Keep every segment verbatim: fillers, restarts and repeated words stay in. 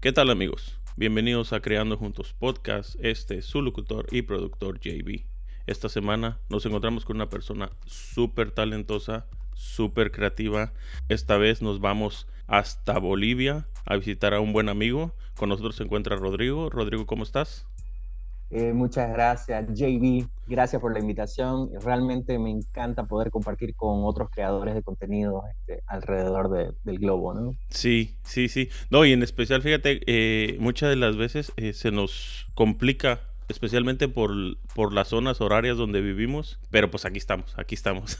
¿Qué tal, amigos? Bienvenidos a Creando Juntos Podcast. Este es su locutor y productor J B. Esta semana nos encontramos con una persona súper talentosa, súper creativa. Esta vez nos vamos hasta Bolivia a visitar a un buen amigo. Con nosotros se encuentra Rodrigo. Rodrigo, ¿cómo estás? Eh, muchas gracias, J B. Gracias por la invitación. Realmente me encanta poder compartir con otros creadores de contenido este, alrededor de- del globo, ¿no? Sí, sí, sí. No, y en especial, fíjate, eh, muchas de las veces eh, se nos complica, especialmente por, por las zonas horarias donde vivimos, pero pues aquí estamos, aquí estamos.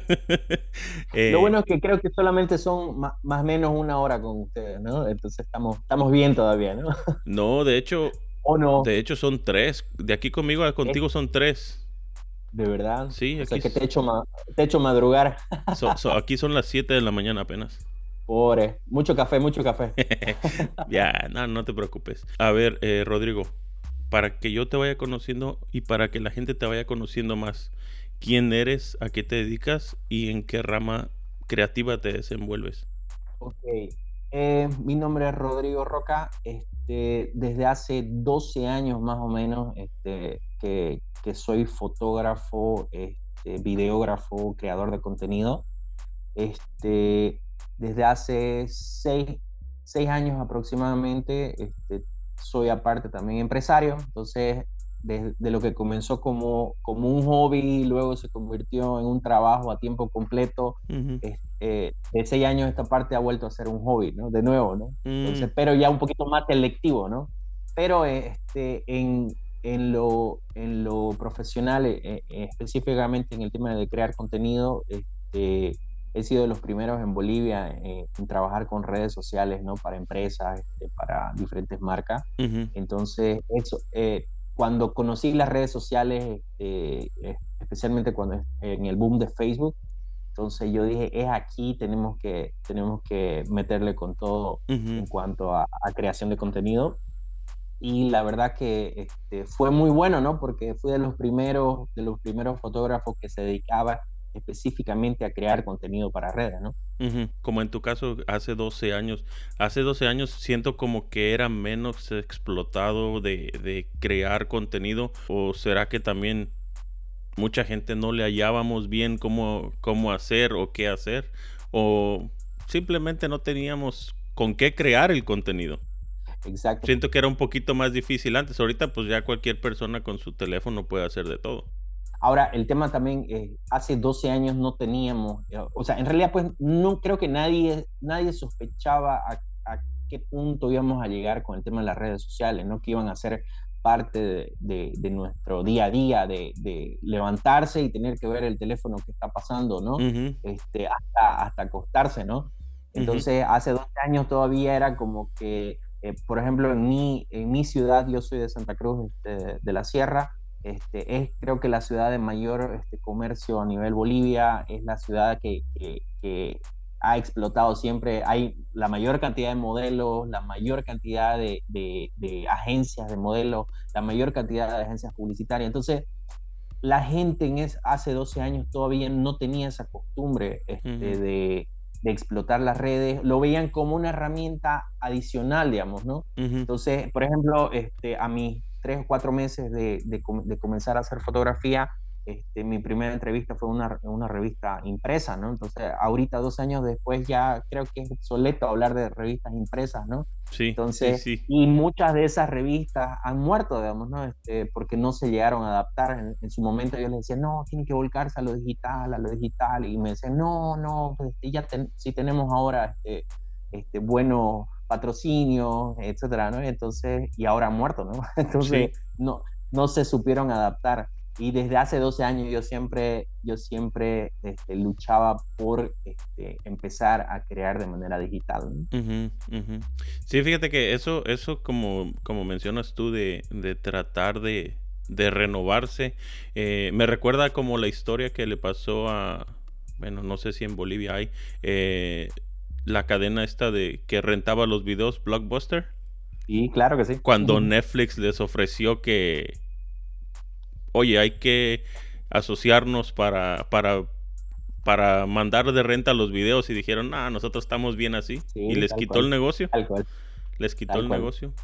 Lo Eh, bueno es que creo que solamente son ma- más o menos una hora con ustedes, ¿no? Entonces estamos, estamos bien todavía, ¿no? no, de hecho, ¿O no? de hecho son tres. De aquí conmigo a Es contigo son tres. de verdad. Sí, O aquí, sea, que te s- he hecho, ma- te he hecho madrugar. so- so- aquí son las siete de la mañana apenas. Pobre. Mucho café, mucho café. Ya, no, no te preocupes. A ver, eh, Rodrigo, para que yo te vaya conociendo y para que la gente te vaya conociendo más, ¿quién eres, a qué te dedicas y en qué rama creativa te desenvuelves? Ok. Eh, mi nombre es Rodrigo Roca. Este, desde hace doce años más o menos este, que, que soy fotógrafo, este, videógrafo, creador de contenido. Este, desde hace seis, seis años aproximadamente este, soy aparte también empresario. Entonces, de, de lo que comenzó como, como un hobby, luego se convirtió en un trabajo a tiempo completo. Ujú. es- eh, de seis años esta parte ha vuelto a ser un hobby, ¿no? De nuevo, ¿no? Mm, Entonces, pero ya un poquito más selectivo, ¿no? Pero este, en, en lo, en lo profesional, eh, eh, específicamente en el tema de crear contenido, este, he sido de los primeros en Bolivia eh, en trabajar con redes sociales, ¿no? Para empresas, este, para diferentes marcas. ujú. Entonces, eso, eh, cuando conocí las redes sociales, este, eh, especialmente cuando en el boom de Facebook, entonces yo dije, es aquí, tenemos que, tenemos que meterle con todo Ujú. en cuanto a, a creación de contenido. Y la verdad que este, fue muy bueno, ¿no? Porque fui de los primeros, de los primeros fotógrafos que se dedicaba específicamente a crear contenido para redes, ¿no? Ujú. Como en tu caso, hace doce años. Hace doce años siento como que era menos explotado de, de crear contenido. ¿O será que también mucha gente no le hallábamos bien cómo, cómo hacer o qué hacer? ¿O simplemente no teníamos con qué crear el contenido? Exacto. Siento que era un poquito más difícil antes. Ahorita pues ya cualquier persona con su teléfono puede hacer de todo. Ahora, el tema también, eh, hace doce años no teníamos, eh, o sea, en realidad pues no creo que nadie, nadie sospechaba a, a qué punto íbamos a llegar con el tema de las redes sociales, ¿no? Que iban a ser parte de, de- de nuestro día a día, de, de levantarse y tener que ver el teléfono que está pasando, ¿no? Ujú, Este, hasta, hasta acostarse, ¿no? ujú, Entonces, hace doce años todavía era como que, eh, por ejemplo, en mi, en mi ciudad, yo soy de Santa Cruz, este, de la Sierra. Este, es creo que la ciudad de mayor este, comercio a nivel Bolivia, es la ciudad que, que, que, ha explotado siempre, hay la mayor cantidad de modelos, la mayor cantidad de, de, de agencias de modelos, la mayor cantidad de agencias publicitarias. Entonces, la gente en es, hace doce años todavía no tenía esa costumbre este, ujú, de, de explotar las redes, lo veían como una herramienta adicional, digamos, ¿no? ujú, Entonces, por ejemplo, este, a mis tres o cuatro meses de, de, de comenzar a hacer fotografía, este, mi primera entrevista fue una, una revista impresa, ¿no? Entonces, ahorita, dos años después, ya creo que es obsoleto hablar de revistas impresas, ¿no? sí, sí, Entonces, sí. y muchas de esas revistas han muerto, digamos, ¿no? Este, porque no se llegaron a adaptar. En, en su momento yo les decía, no, tiene que volcarse a lo digital, a lo digital. Y me decían, no, no, pues este, ya ten, sí tenemos ahora este, este, buenos patrocinios, etcétera, ¿no? Entonces, y ahora han muerto, ¿no? Entonces, Sí. no, no se supieron adaptar. Y desde hace doce años yo siempre, yo siempre este, luchaba por este, empezar a crear de manera digital, ¿no? Ujú, ujú. Sí, fíjate que eso, eso como, como mencionas tú de, de tratar de, de renovarse, eh, me recuerda como la historia que le pasó a, bueno, no sé si en Bolivia hay, eh, la cadena esta de que rentaba los videos, Blockbuster, Y claro que sí. cuando Netflix les ofreció que, oye, hay que asociarnos para, para, para mandar de renta los videos y dijeron, ah, nosotros estamos bien así y Sí, les tal quitó el cual, negocio. tal cual. Les quitó tal el cual. negocio.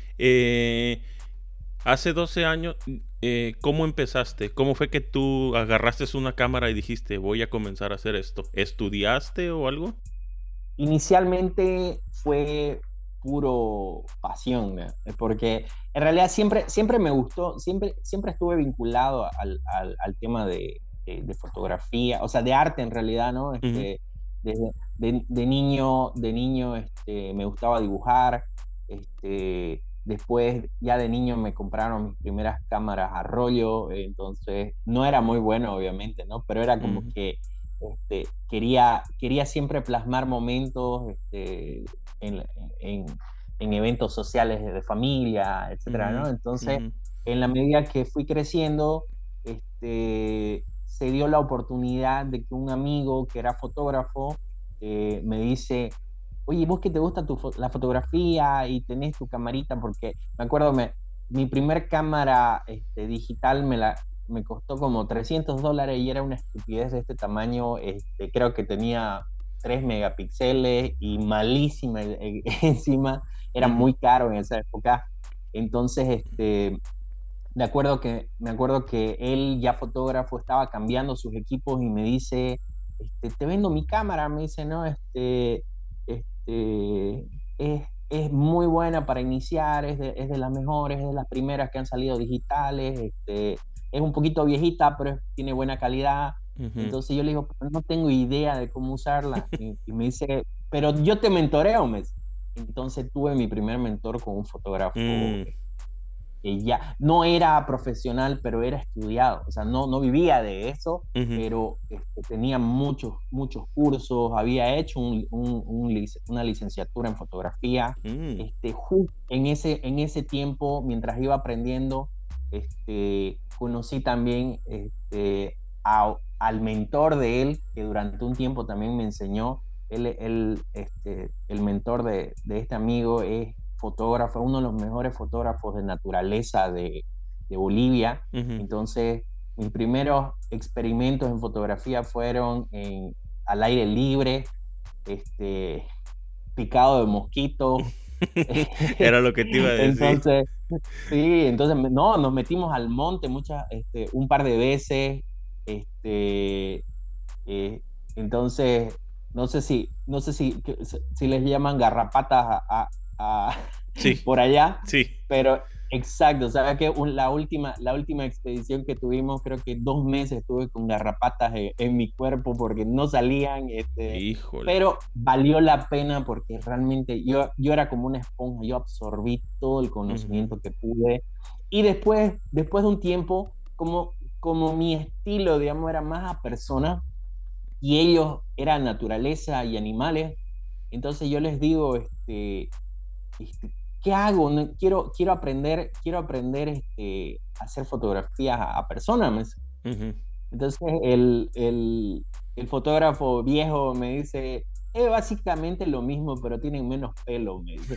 Eh, hace doce años, eh, ¿cómo empezaste? ¿Cómo fue que tú agarraste una cámara y dijiste, voy a comenzar a hacer esto? ¿Estudiaste o algo? Inicialmente fue puro pasión, ¿no? Porque en realidad siempre, siempre me gustó, siempre, siempre estuve vinculado al, al, al tema de, de, de fotografía, o sea, de arte en realidad, ¿no? Ujú, Este, desde, de, de niño, de niño este, me gustaba dibujar, este, después ya de niño me compraron mis primeras cámaras a rollo, entonces no era muy bueno, obviamente, ¿no? Pero era como ujú, que este, quería, quería siempre plasmar momentos este, en, en, en, eventos sociales de familia, etcétera, ujú, ¿no? Entonces, ujú, en la medida que fui creciendo, este, se dio la oportunidad de que un amigo que era fotógrafo eh, me dice, oye, vos que te gusta tu, la fotografía y tenés tu camarita, porque me acuerdo, me, mi primer cámara este, digital me la, me costó como trescientos dólares y era una estupidez de este tamaño. Este, creo que tenía tres megapíxeles y malísima encima. Era ujú. muy caro en esa época. Entonces, este, me acuerdo que, me acuerdo que él, ya fotógrafo, estaba cambiando sus equipos y me dice, este, te vendo mi cámara, me dice, ¿no? Este, este, es, es muy buena para iniciar, es de, es de las mejores, es de las primeras que han salido digitales, este, es un poquito viejita, pero es- tiene buena calidad. Ujú. Entonces yo le digo, "Pero no tengo idea de cómo usarla". Y, y me dice, pero yo te mentoreo, me dice. Entonces tuve mi primer mentor con un fotógrafo Mm, que ya no era profesional, pero era estudiado, o sea, no, no vivía de eso, ujú, pero este, tenía muchos, muchos cursos, había hecho un, un, un, una licenciatura en fotografía. mm. Este, justo en ese, en ese tiempo, mientras iba aprendiendo, este, conocí también este, a, al mentor de él, que durante un tiempo también me enseñó. Él, él, este, el mentor de, de este amigo es fotógrafo, uno de los mejores fotógrafos de naturaleza de, de Bolivia. Ujú. Entonces, mis primeros experimentos en fotografía fueron en, al aire libre, este, picado de mosquitos. Era lo que te iba a decir. Entonces, sí, entonces, no, nos metimos al monte muchas, este, un par de veces, este, eh, entonces, no sé si, no sé si, si les llaman garrapatas a, a, a Sí, por allá, sí. pero exacto, sabes que la última, la última expedición que tuvimos, creo que dos meses estuve con garrapatas en, en mi cuerpo porque no salían, este, Híjole. pero valió la pena porque realmente yo, yo era como una esponja, yo absorbí todo el Ujú, conocimiento que pude y después, después de un tiempo, como, como mi estilo, digamos, era más a persona y ellos eran naturaleza y animales, entonces yo les digo, este, este, ¿qué hago? No, quiero, quiero aprender, quiero aprender este, a hacer fotografías a, a personas. ujú. Entonces el, el, el fotógrafo viejo me dice, es básicamente lo mismo, pero tienen menos pelo, me dice.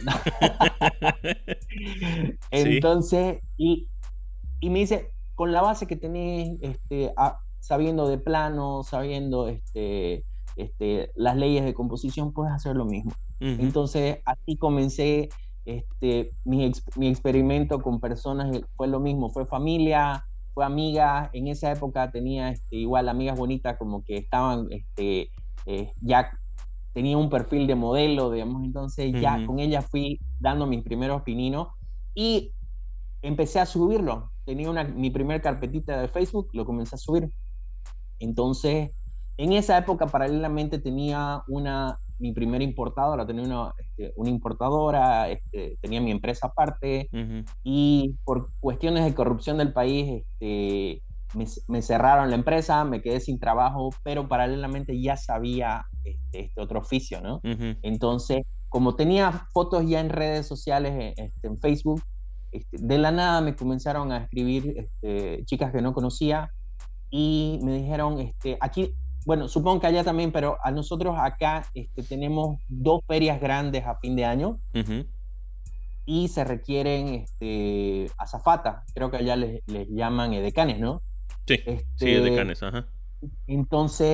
Sí. Entonces, y, y me dice, con la base que tenés, este, a- sabiendo de plano, sabiendo este, este, las leyes de composición, puedes hacer lo mismo. Ujú, Entonces, así comencé este, mi, ex- mi experimento con personas, eh, fue lo mismo, fue familia, fue amiga. En esa época tenía este, igual amigas bonitas como que estaban, este, eh, ya tenía un perfil de modelo, digamos, entonces ya ujú, con ella fui dando mis primeros pininos y empecé a subirlo. Tenía una, mi primer carpetita de Facebook, lo comencé a subir. Entonces, en esa época, paralelamente, tenía una, mi primera importadora, tenía una, este, una importadora, este, tenía mi empresa aparte, ujú, y por cuestiones de corrupción del país, este, me, me cerraron la empresa, me quedé sin trabajo, pero paralelamente ya sabía este, este otro oficio, ¿no? ujú. Entonces, como tenía fotos ya en redes sociales, este, en Facebook, este, de la nada me comenzaron a escribir este, chicas que no conocía y me dijeron, este, aquí, bueno, supongo que allá también, pero a nosotros acá este, tenemos dos ferias grandes a fin de año Ujú. y se requieren este, azafatas, creo que allá les, les llaman edecanes, ¿no? Sí, sí, es de Este, Canes, ajá. entonces,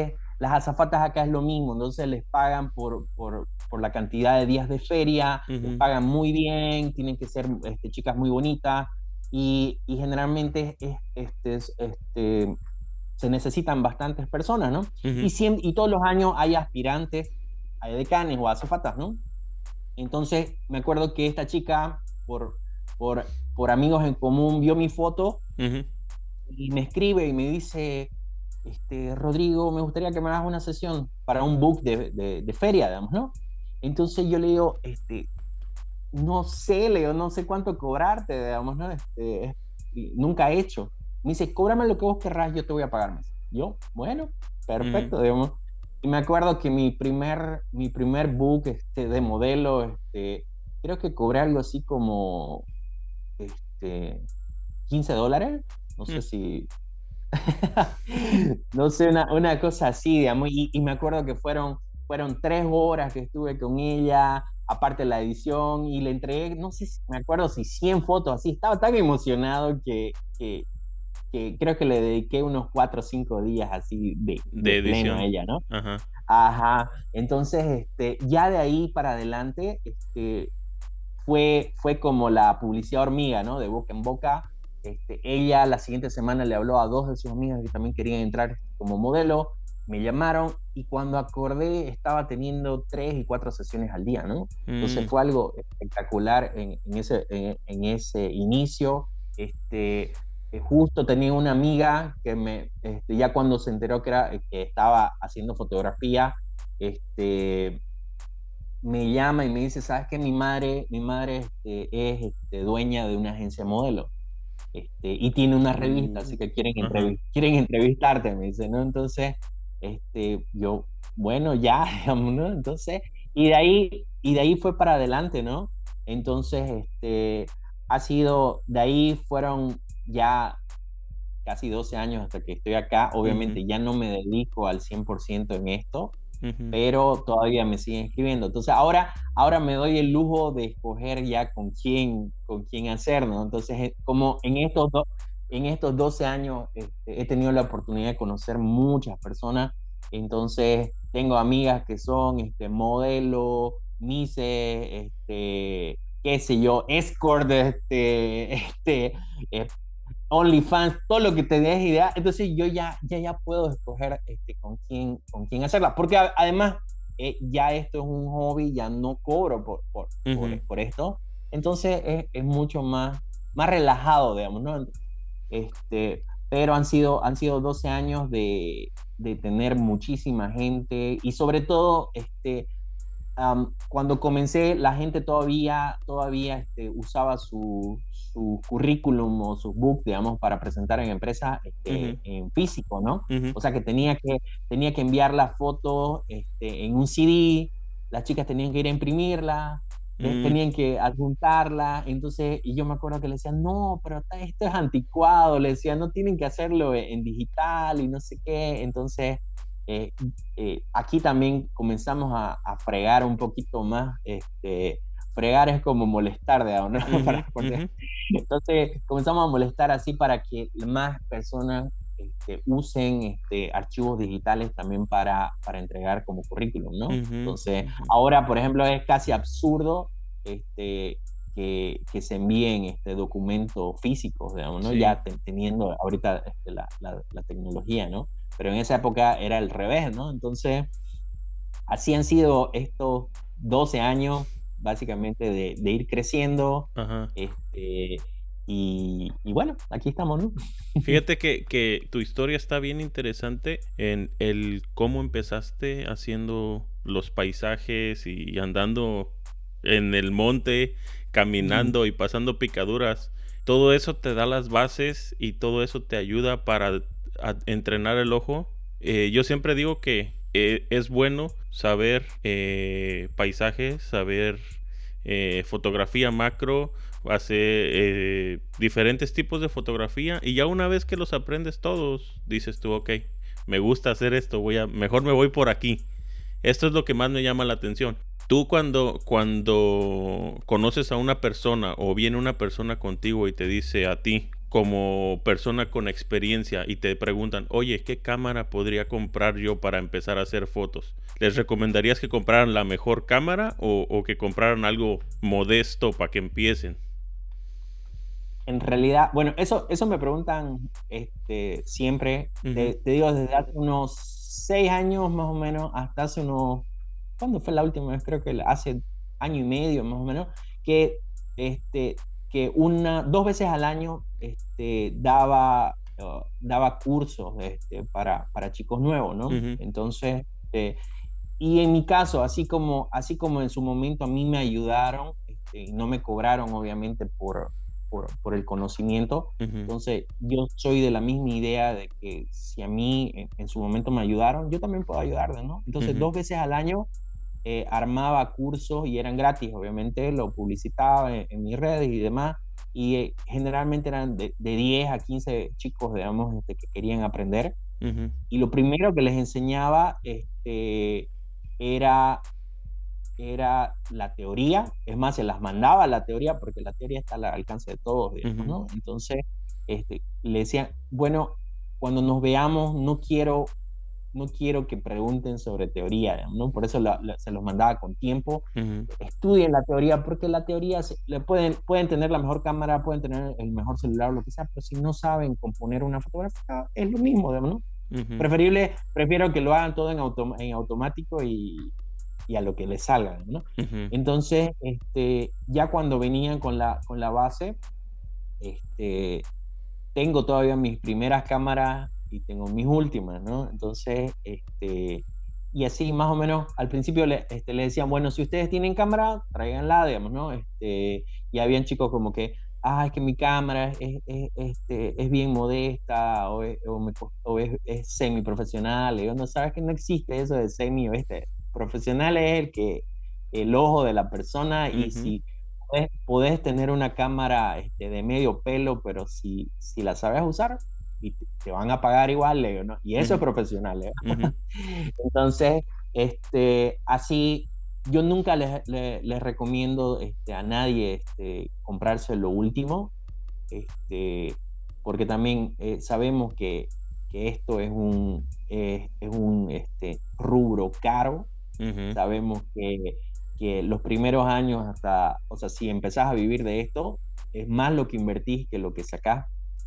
las azafatas acá es lo mismo, entonces les pagan por, por, por la cantidad de días de feria, les Ujú, pagan muy bien, tienen que ser este, chicas muy bonitas y, y generalmente es, este, es- este, se necesitan bastantes personas, ¿no? ujú, Y, siem- y todos los años hay aspirantes a decanes o azafatas, ¿no? Entonces me acuerdo que esta chica, por, por, por amigos en común, vio mi foto ujú, y me escribe y me dice, este, Rodrigo, me gustaría que me hagas una sesión para un book de, de, de feria, digamos, ¿no? Entonces yo le digo, este, no sé, le digo, no sé cuánto cobrarte, digamos, ¿no? Este, nunca he hecho. Me dice, cóbrame lo que vos querrás, yo te voy a pagar más. Yo, bueno, ujú, perfecto, digamos. Y me acuerdo que mi primer, mi primer book este, de modelo, este, creo que cobré algo así como este, quince dólares. No sé ujú, si, no sé, una, una cosa así, digamos, y, y me acuerdo que fueron, fueron tres horas que estuve con ella, aparte la edición, y le entregué, no sé si me acuerdo si cien fotos así, estaba tan emocionado que, que, que creo que le dediqué unos cuatro o cinco días así de, de de pleno a edición. ella, ¿no? Ajá. Ajá, entonces, este, ya de ahí para adelante, este, fue, fue como la publicidad hormiga, ¿no? De boca en boca. Este, ella la siguiente semana le habló a dos de sus amigas que también querían entrar como modelo, me llamaron y cuando acordé estaba teniendo tres y cuatro sesiones al día, ¿no? Entonces Mm, fue algo espectacular en, en ese, en, en, ese inicio. Este, eh, justo tenía una amiga que me, este, ya cuando se enteró que, era, que estaba haciendo fotografía, este, me llama y me dice, ¿sabes qué? Mi madre, mi madre este, es este, dueña de una agencia de modelo este, y tiene una revista, uh, así que quieren, ajá. entrevi- quieren entrevistarte, me dice, ¿no? Entonces, este, yo, bueno, ya, digamos, ¿no? Entonces, y de ahí, y de ahí fue para adelante, ¿no? Entonces, este, ha sido, de ahí fueron ya casi doce años hasta que estoy acá. Ujú, Obviamente ya no me dedico al cien por ciento en esto, ujú, pero todavía me siguen escribiendo. Entonces ahora, ahora me doy el lujo de escoger ya con quién, con quién hacer, ¿no? Entonces, eh, como en estos, do- en estos doce años este, he tenido la oportunidad de conocer muchas personas, entonces tengo amigas que son este, modelo, Mise, este, qué sé yo, escort, este, este, eh, OnlyFans, todo lo que te des idea. Entonces yo ya, ya, ya puedo escoger este, con, quién, con quién hacerla. Porque a, además, eh, ya esto es un hobby, ya no cobro por, por, ujú. por, por esto. Entonces es, es, mucho más, más relajado, digamos, ¿no? Este, pero han sido, han sido doce años de, de tener muchísima gente y sobre todo, este, um, cuando comencé, la gente todavía, todavía este, usaba su, su currículum o su book, digamos, para presentar en empresa este, Ujú, en físico, ¿no? ujú, O sea que tenía que, tenía que enviar la foto este, en un C D, las chicas tenían que ir a imprimirla, de, mm, tenían que adjuntarla, entonces, y yo me acuerdo que le decían, no, pero esto es anticuado, le decían, no tienen que hacerlo en, en digital y no sé qué, entonces... Eh, eh, aquí también comenzamos a, a, fregar un poquito más. Este, fregar es como molestar, digamos, ¿no? ujú, Para poner. ujú, Entonces comenzamos a molestar así para que más personas este, usen este, archivos digitales también para, para entregar como currículum, ¿no? ujú, Entonces, ujú. ahora, por ejemplo, es casi absurdo este, que, que, se envíen este, documentos físicos, digamos, ¿no? Sí. Ya te, teniendo ahorita este, la, la, la tecnología, ¿no? Pero en esa época era el revés, ¿no? Entonces, así han sido estos doce años, básicamente, de, de ir creciendo, Ajá. este, y, y, bueno, aquí estamos, ¿no? Fíjate que, que tu historia está bien interesante en el cómo empezaste haciendo los paisajes y andando en el monte, caminando y pasando picaduras. Todo eso te da las bases y todo eso te ayuda para a- entrenar el ojo. Eh, yo siempre digo que eh, es bueno saber eh, paisajes, saber eh, fotografía macro, hacer eh, diferentes tipos de fotografía y ya una vez que los aprendes todos, dices tú, ok, me gusta hacer esto, voy a, mejor me voy por aquí. Esto es lo que más me llama la atención. Tú cuando, cuando conoces a una persona o viene una persona contigo y te dice a ti, como persona con experiencia y te preguntan, oye, ¿qué cámara podría comprar yo para empezar a hacer fotos? ¿Les recomendarías que compraran la mejor cámara o, o que compraran algo modesto para que empiecen? En realidad, bueno, eso, eso me preguntan este, siempre, Ujú, te, te digo, desde hace unos seis años más o menos, hasta hace unos, ¿cuándo fue la última vez? Creo que hace año y medio más o menos, que, este, que una, dos veces al año este, daba, uh, daba cursos este, para, para chicos nuevos, ¿no? ujú, Entonces, eh, y en mi caso, así como, así como en su momento a mí me ayudaron, este, y no me cobraron obviamente por, por, por el conocimiento, ujú, entonces yo soy de la misma idea de que si a mí en, en su momento me ayudaron, yo también puedo ayudarles, ¿no? Entonces ujú, dos veces al año eh, armaba cursos y eran gratis, obviamente lo publicitaba en, en mis redes y demás, y eh, generalmente eran de, de diez a quince chicos, digamos, este, que querían aprender. ujú, Y lo primero que les enseñaba este, era, era la teoría, es más, se las mandaba la teoría, porque la teoría está al alcance de todos, digamos, ujú, ¿no? Entonces, este, le decían, bueno, cuando nos veamos, no quiero, no quiero que pregunten sobre teoría, digamos, ¿no? Por eso la, la, se los mandaba con tiempo. ujú, Estudien la teoría, porque la teoría se, le pueden, pueden tener la mejor cámara, pueden tener el mejor celular, lo que sea, pero si no saben componer una fotografía, es lo mismo, digamos, ¿no? ujú, Preferible, prefiero que lo hagan todo en, autom en automático y, y, a lo que les salga, ¿no? ujú, Entonces, este, ya cuando venían con la, con la base, este, tengo todavía mis primeras cámaras y tengo mis últimas, ¿no? Entonces, este, y así más o menos, al principio le, este, le decían, bueno, si ustedes tienen cámara, tráiganla, digamos, ¿no? Este, y habían chicos como que, ah, es que mi cámara es, es, este, es bien modesta o, es, o, me, o es, es semi-profesional. Y yo, no, sabes que no existe eso de semi o este. Profesional es el que, el ojo de la persona y ujú, si podés, podés tener una cámara este, de medio pelo, pero si, si la sabes usar, y te, te van a pagar igual, Leo, ¿no? Y eso ujú, es profesional, ¿eh? ujú, Entonces, este, así, yo nunca les, les, les recomiendo este, a nadie este, comprarse lo último, este, porque también eh, sabemos que, que, esto es un, eh, es un este, rubro caro. ujú, Sabemos que, que los primeros años hasta, o sea, si empezás a vivir de esto, es más lo que invertís que lo que sacás.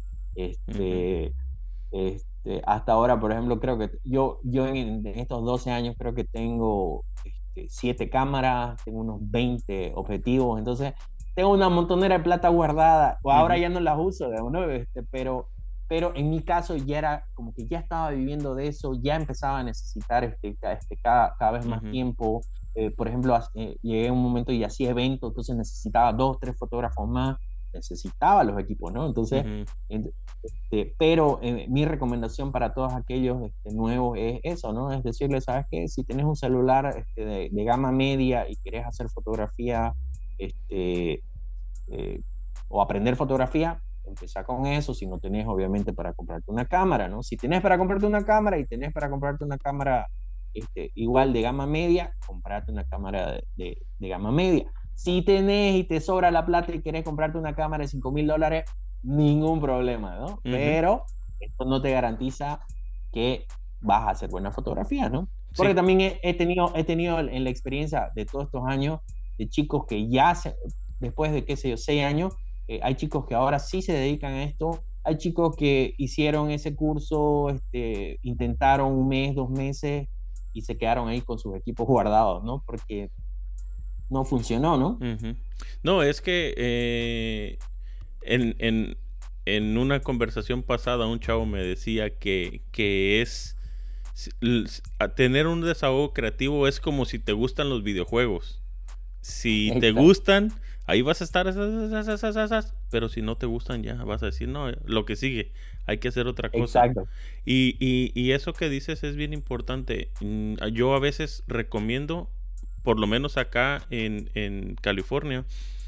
ujú, Este, este, hasta ahora, por ejemplo, creo que yo, yo en, en estos doce años creo que tengo este, siete cámaras, tengo unos veinte objetivos, entonces tengo una montonera de plata guardada, o ahora ujú, ya no las uso, digamos, ¿no? Este, pero, pero en mi caso ya era como que ya estaba viviendo de eso, ya empezaba a necesitar este, este, cada, cada vez más ujú, tiempo. Eh, por ejemplo, eh, llegué a un momento y hacía eventos, entonces necesitaba dos, tres fotógrafos más, necesitaba los equipos, ¿no? Entonces, ujú, este, pero eh, mi recomendación para todos aquellos este, nuevos es eso, ¿no? Es decirles, ¿sabes qué? Si tienes un celular este, de, de, gama media y querés hacer fotografía este, eh, o aprender fotografía, empezá con eso. Si no tenés, obviamente, para comprarte una cámara, ¿no? Si tenés para comprarte una cámara y tenés para comprarte una cámara este, igual de gama media, comprate una cámara de, de, de gama media. Si tenés y te sobra la plata y querés comprarte una cámara de cinco mil dólares, ningún problema, ¿no? ujú. Pero esto no te garantiza que vas a hacer buenas fotografías, ¿no? Porque Sí. también he, he, tenido, he tenido en la experiencia de todos estos años de chicos que ya, se, después de, qué sé yo, seis años, eh, hay chicos que ahora sí se dedican a esto, hay chicos que hicieron ese curso, este, intentaron un mes, dos meses y se quedaron ahí con sus equipos guardados, ¿no? Porque no funcionó, ¿no? Ujú. No, es que eh, en, en, en una conversación pasada un chavo me decía que, que es s- l- s- a tener un desahogo creativo es como si te gustan los videojuegos. Si te Exacto. gustan, ahí vas a estar, esas, esas, esas, esas, pero si no te gustan ya vas a decir, no, lo que sigue, hay que hacer otra cosa. Exacto. Y, y, y eso que dices es bien importante. Mm, Yo a veces recomiendo, por lo menos acá en, en California,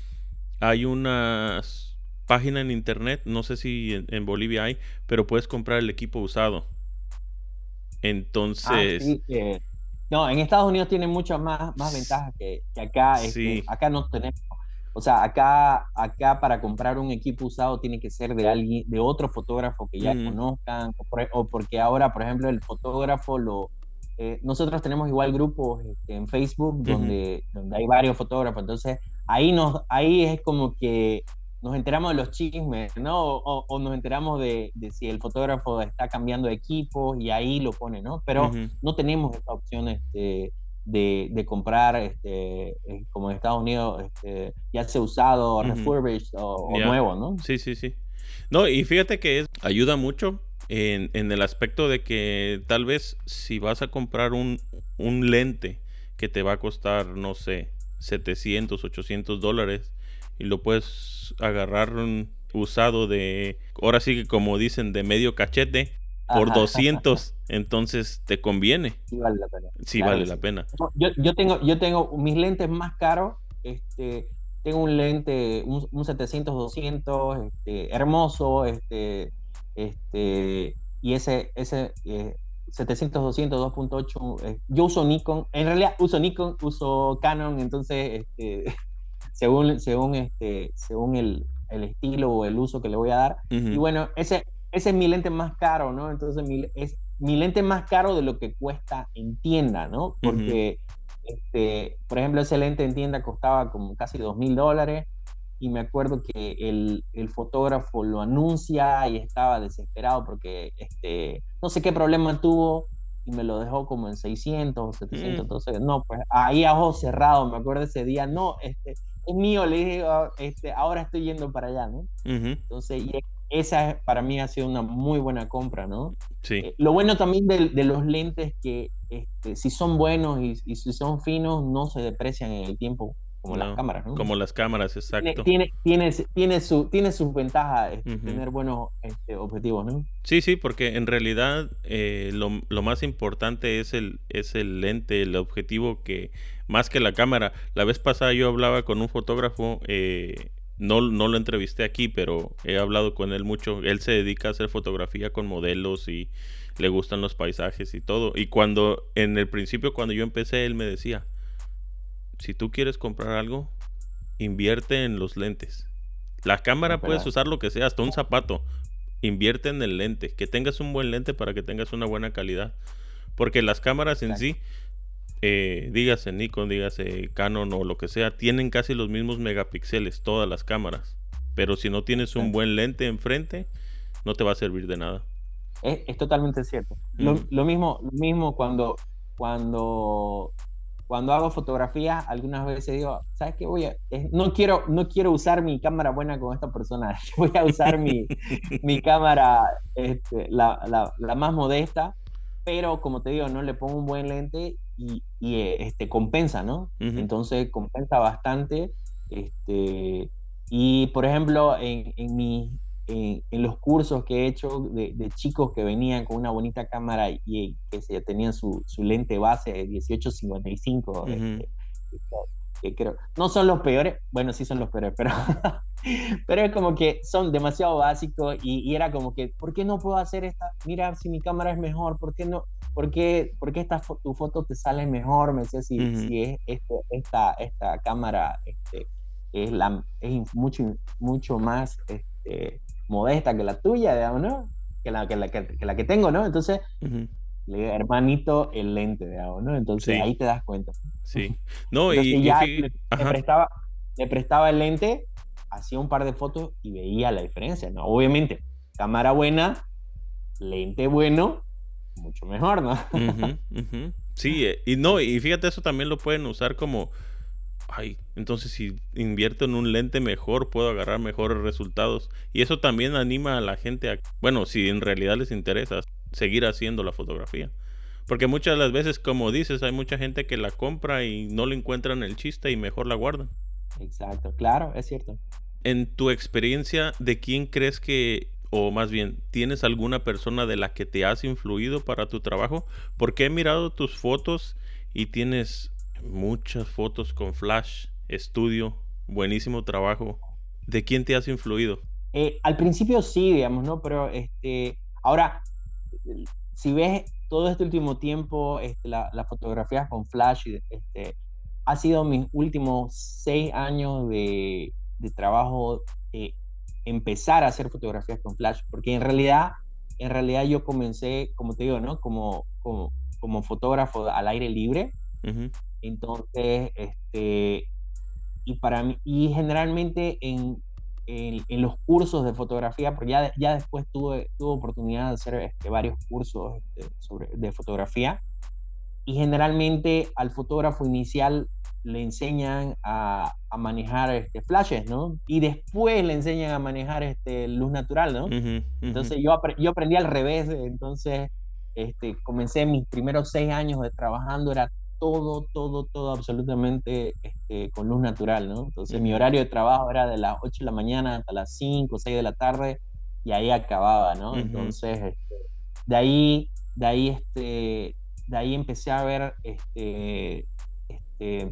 hay una página en internet, no sé si en, en Bolivia hay, pero puedes comprar el equipo usado. Ah, Entonces, sí. Eh, no, en Estados Unidos tienen muchas más, más s- ventajas que, que acá. Este, sí. acá no tenemos. O sea, acá, acá para comprar un equipo usado tiene que ser de alguien, de otro fotógrafo que ya Ujú, conozcan, o, por- o porque ahora, por ejemplo, el fotógrafo lo... eh, nosotros tenemos igual grupos este, en Facebook ujú, donde, donde hay varios fotógrafos, entonces ahí, nos, ahí es como que nos enteramos de los chismes, ¿no? O, o nos enteramos de, de si el fotógrafo está cambiando de equipo y ahí lo pone, ¿no? Pero ujú, no tenemos esta opción este, de, de comprar, este, eh, como en Estados Unidos, este, ya sea usado, ujú. refurbished o, o Ya. nuevo, ¿no? Sí, sí, sí. No, y fíjate que es, ayuda mucho en, en el aspecto de que tal vez si vas a comprar un, un lente que te va a costar, no sé, setecientos ochocientos dólares y lo puedes agarrar un usado de, ahora sí que como dicen, de medio cachete por Ajá, doscientos, entonces te conviene, sí vale la pena, sí claro vale que la sí. pena. No, Yo, yo tengo, yo tengo mis lentes más caros, este, tengo un lente, un, un setecientos doscientos este, hermoso, este, este, y ese, ese eh, setecientos doscientos dos punto ocho, eh, yo uso Nikon, en realidad uso Nikon, uso Canon, entonces, este, según, según, este, según el, el estilo o el uso que le voy a dar. Y Ujú, bueno, ese, ese es mi lente más caro, ¿no? Entonces mi, es mi lente más caro de lo que cuesta en tienda, ¿no? ujú, Porque, este, por ejemplo, ese lente en tienda costaba como casi dos mil dólares y me acuerdo que el, el, fotógrafo lo anuncia y estaba desesperado porque este, no sé qué problema tuvo y me lo dejó como en seiscientos o mm, setecientos. Entonces, no, pues ahí a ojos cerrados, me acuerdo ese día, no, este, es mío, le dije, "Ah, este, ahora estoy yendo para allá, ¿no?" ujú, Entonces, y esa para mí ha sido una muy buena compra, ¿no? sí. Eh, lo bueno también de, de los lentes que este, si son buenos y, y si son finos, no se deprecian en el tiempo como las No, cámaras, ¿no? como las cámaras, Tiene, exacto. tiene, tiene, tiene, su, tiene sus ventajas este, Ujú. tener buenos este, objetivos, ¿no? Sí, sí, porque en realidad eh, lo, lo más importante es el, es el lente, el objetivo que más que la cámara. La vez pasada yo hablaba con un fotógrafo, eh, no, no lo entrevisté aquí, pero he hablado con él mucho. Él se dedica a hacer fotografía con modelos y le gustan los paisajes y todo. Y cuando, en el principio, cuando yo empecé, él me decía, si tú quieres comprar algo, invierte en los lentes. La cámara Es puedes verdad. usar lo que sea, hasta un zapato. Invierte en el lente, que tengas un buen lente para que tengas una buena calidad. Porque las cámaras en Exacto. sí, eh, dígase Nikon, dígase Canon o lo que sea, tienen casi los mismos megapíxeles, todas las cámaras. Pero si no tienes un Exacto. buen lente enfrente, no te va a servir de nada. Es, es totalmente cierto. Lo, Ujú, lo mismo, lo mismo cuando, cuando, cuando hago fotografías, algunas veces digo, ¿sabes qué? Voy a, es- no quiero, no quiero usar mi cámara buena con esta persona. Voy a usar mi, mi cámara, este, la, la, la más modesta, pero como te digo, no le pongo un buen lente y, y, eh, este, compensa, ¿no? ujú, Entonces compensa bastante. Este, y por ejemplo, en, en mi, en, en los cursos que he hecho de, de chicos que venían con una bonita cámara y que se, tenían su, su lente base de dieciocho cincuenta y cinco, ujú, este, que creo, no son los peores, bueno, sí son los peores, pero, pero es como que son demasiado básicos y, y era como que, ¿por qué no puedo hacer esta? Mira, si mi cámara es mejor, ¿por qué no? ¿Por qué, por qué esta fo tu foto te sale mejor? Me decía, si, ujú, si es este, esta, esta cámara este, es, la, es mucho, mucho más este, modesta que la tuya, digamos, ¿no? Que la que, la, que, que la que tengo, ¿no? Entonces, ujú. le digo, hermanito, el lente, digamos, ¿no? Entonces Sí, ahí te das cuenta. sí. No, y, Entonces y ya fí- le, le ajá. prestaba, le prestaba el lente, hacía un par de fotos y veía la diferencia, ¿no? Obviamente, cámara buena, lente bueno, mucho mejor, ¿no? Ujú, ujú. Sí, eh, y no, y fíjate, eso también lo pueden usar como, ay, entonces si invierto en un lente mejor, puedo agarrar mejores resultados. Y eso también anima a la gente a, bueno, si en realidad les interesa, seguir haciendo la fotografía. Porque muchas de las veces, como dices, hay mucha gente que la compra y no le encuentran el chiste y mejor la guardan. Exacto, claro, es cierto. En tu experiencia, ¿de quién crees que, o más bien, tienes alguna persona de la que te has influido para tu trabajo? Porque he mirado tus fotos y tienes muchas fotos con flash, estudio, buenísimo trabajo. ¿De quién te has influido? Eh, al principio sí, digamos, ¿no? Pero este, ahora, si ves todo este último tiempo, este, la, las fotografías con flash, este, ha sido mis últimos seis años de, de trabajo, eh, empezar a hacer fotografías con flash, porque en realidad, en realidad yo comencé, como te digo, ¿no? Como, como, como fotógrafo al aire libre. Ujú, Entonces, este, y para mí, y generalmente en, en, en los cursos de fotografía, porque ya, ya después tuve, tuve oportunidad de hacer este, varios cursos este, sobre, de fotografía, y generalmente al fotógrafo inicial le enseñan a, a manejar este, flashes, ¿no? Y después le enseñan a manejar este, luz natural, ¿no? ujú, ujú, Entonces yo, apre- yo aprendí al revés, entonces este, comencé mis primeros seis años de trabajando, era todo, todo, todo absolutamente este, con luz natural, ¿no? Entonces mi ujú, horario de trabajo era de las ocho de la mañana hasta las cinco, seis de la tarde y ahí acababa, ¿no? ujú, Entonces este, de ahí, de ahí, este, de ahí empecé a ver este, este,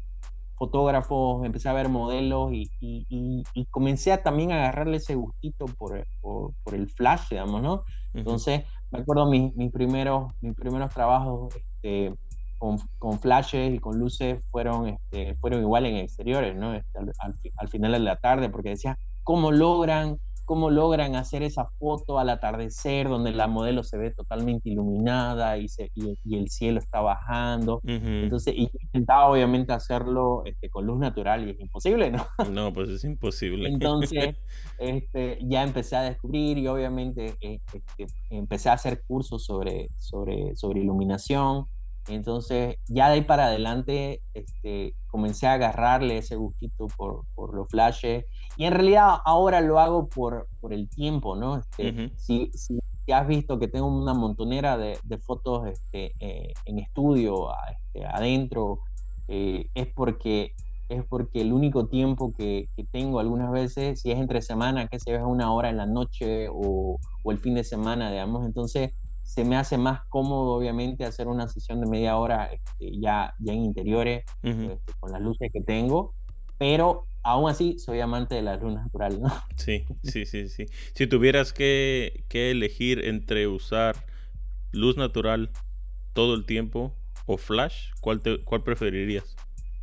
fotógrafos, empecé a ver modelos y, y, y, y comencé a también a agarrarle ese gustito por, por, por, el flash, digamos, ¿no? ujú, Entonces, me acuerdo mis, mis, primeros, mis primeros trabajos este, con, con flashes y con luces fueron, este, fueron igual en exteriores, ¿no? Este, al, al, al final de la tarde, porque decía, ¿cómo logran cómo logran hacer esa foto al atardecer donde la modelo se ve totalmente iluminada y, se, y, y el cielo está bajando? ujú. Entonces, y intentaba obviamente hacerlo este, con luz natural y es imposible, ¿no? No, pues es imposible. Entonces, este, ya empecé a descubrir y obviamente eh, este, empecé a hacer cursos sobre, sobre, sobre iluminación. Entonces, ya de ahí para adelante, este, comencé a agarrarle ese gustito por, por los flashes. Y en realidad ahora lo hago por, por el tiempo, ¿no? Este, Ujú, si, si, si has visto que tengo una montonera de, de fotos este, eh, en estudio, a- este, adentro, eh, es porque es porque el único tiempo que, que tengo algunas veces, si es entre semana, que se ve una hora en la noche o, o el fin de semana, digamos, entonces se me hace más cómodo, obviamente, hacer una sesión de media hora este, ya, ya en interiores, ujú. este, con las luces que tengo, pero aún así soy amante de la luz natural, ¿no? Sí, sí, sí, sí. Si tuvieras que, que elegir entre usar luz natural todo el tiempo o flash, ¿cuál te, cuál preferirías?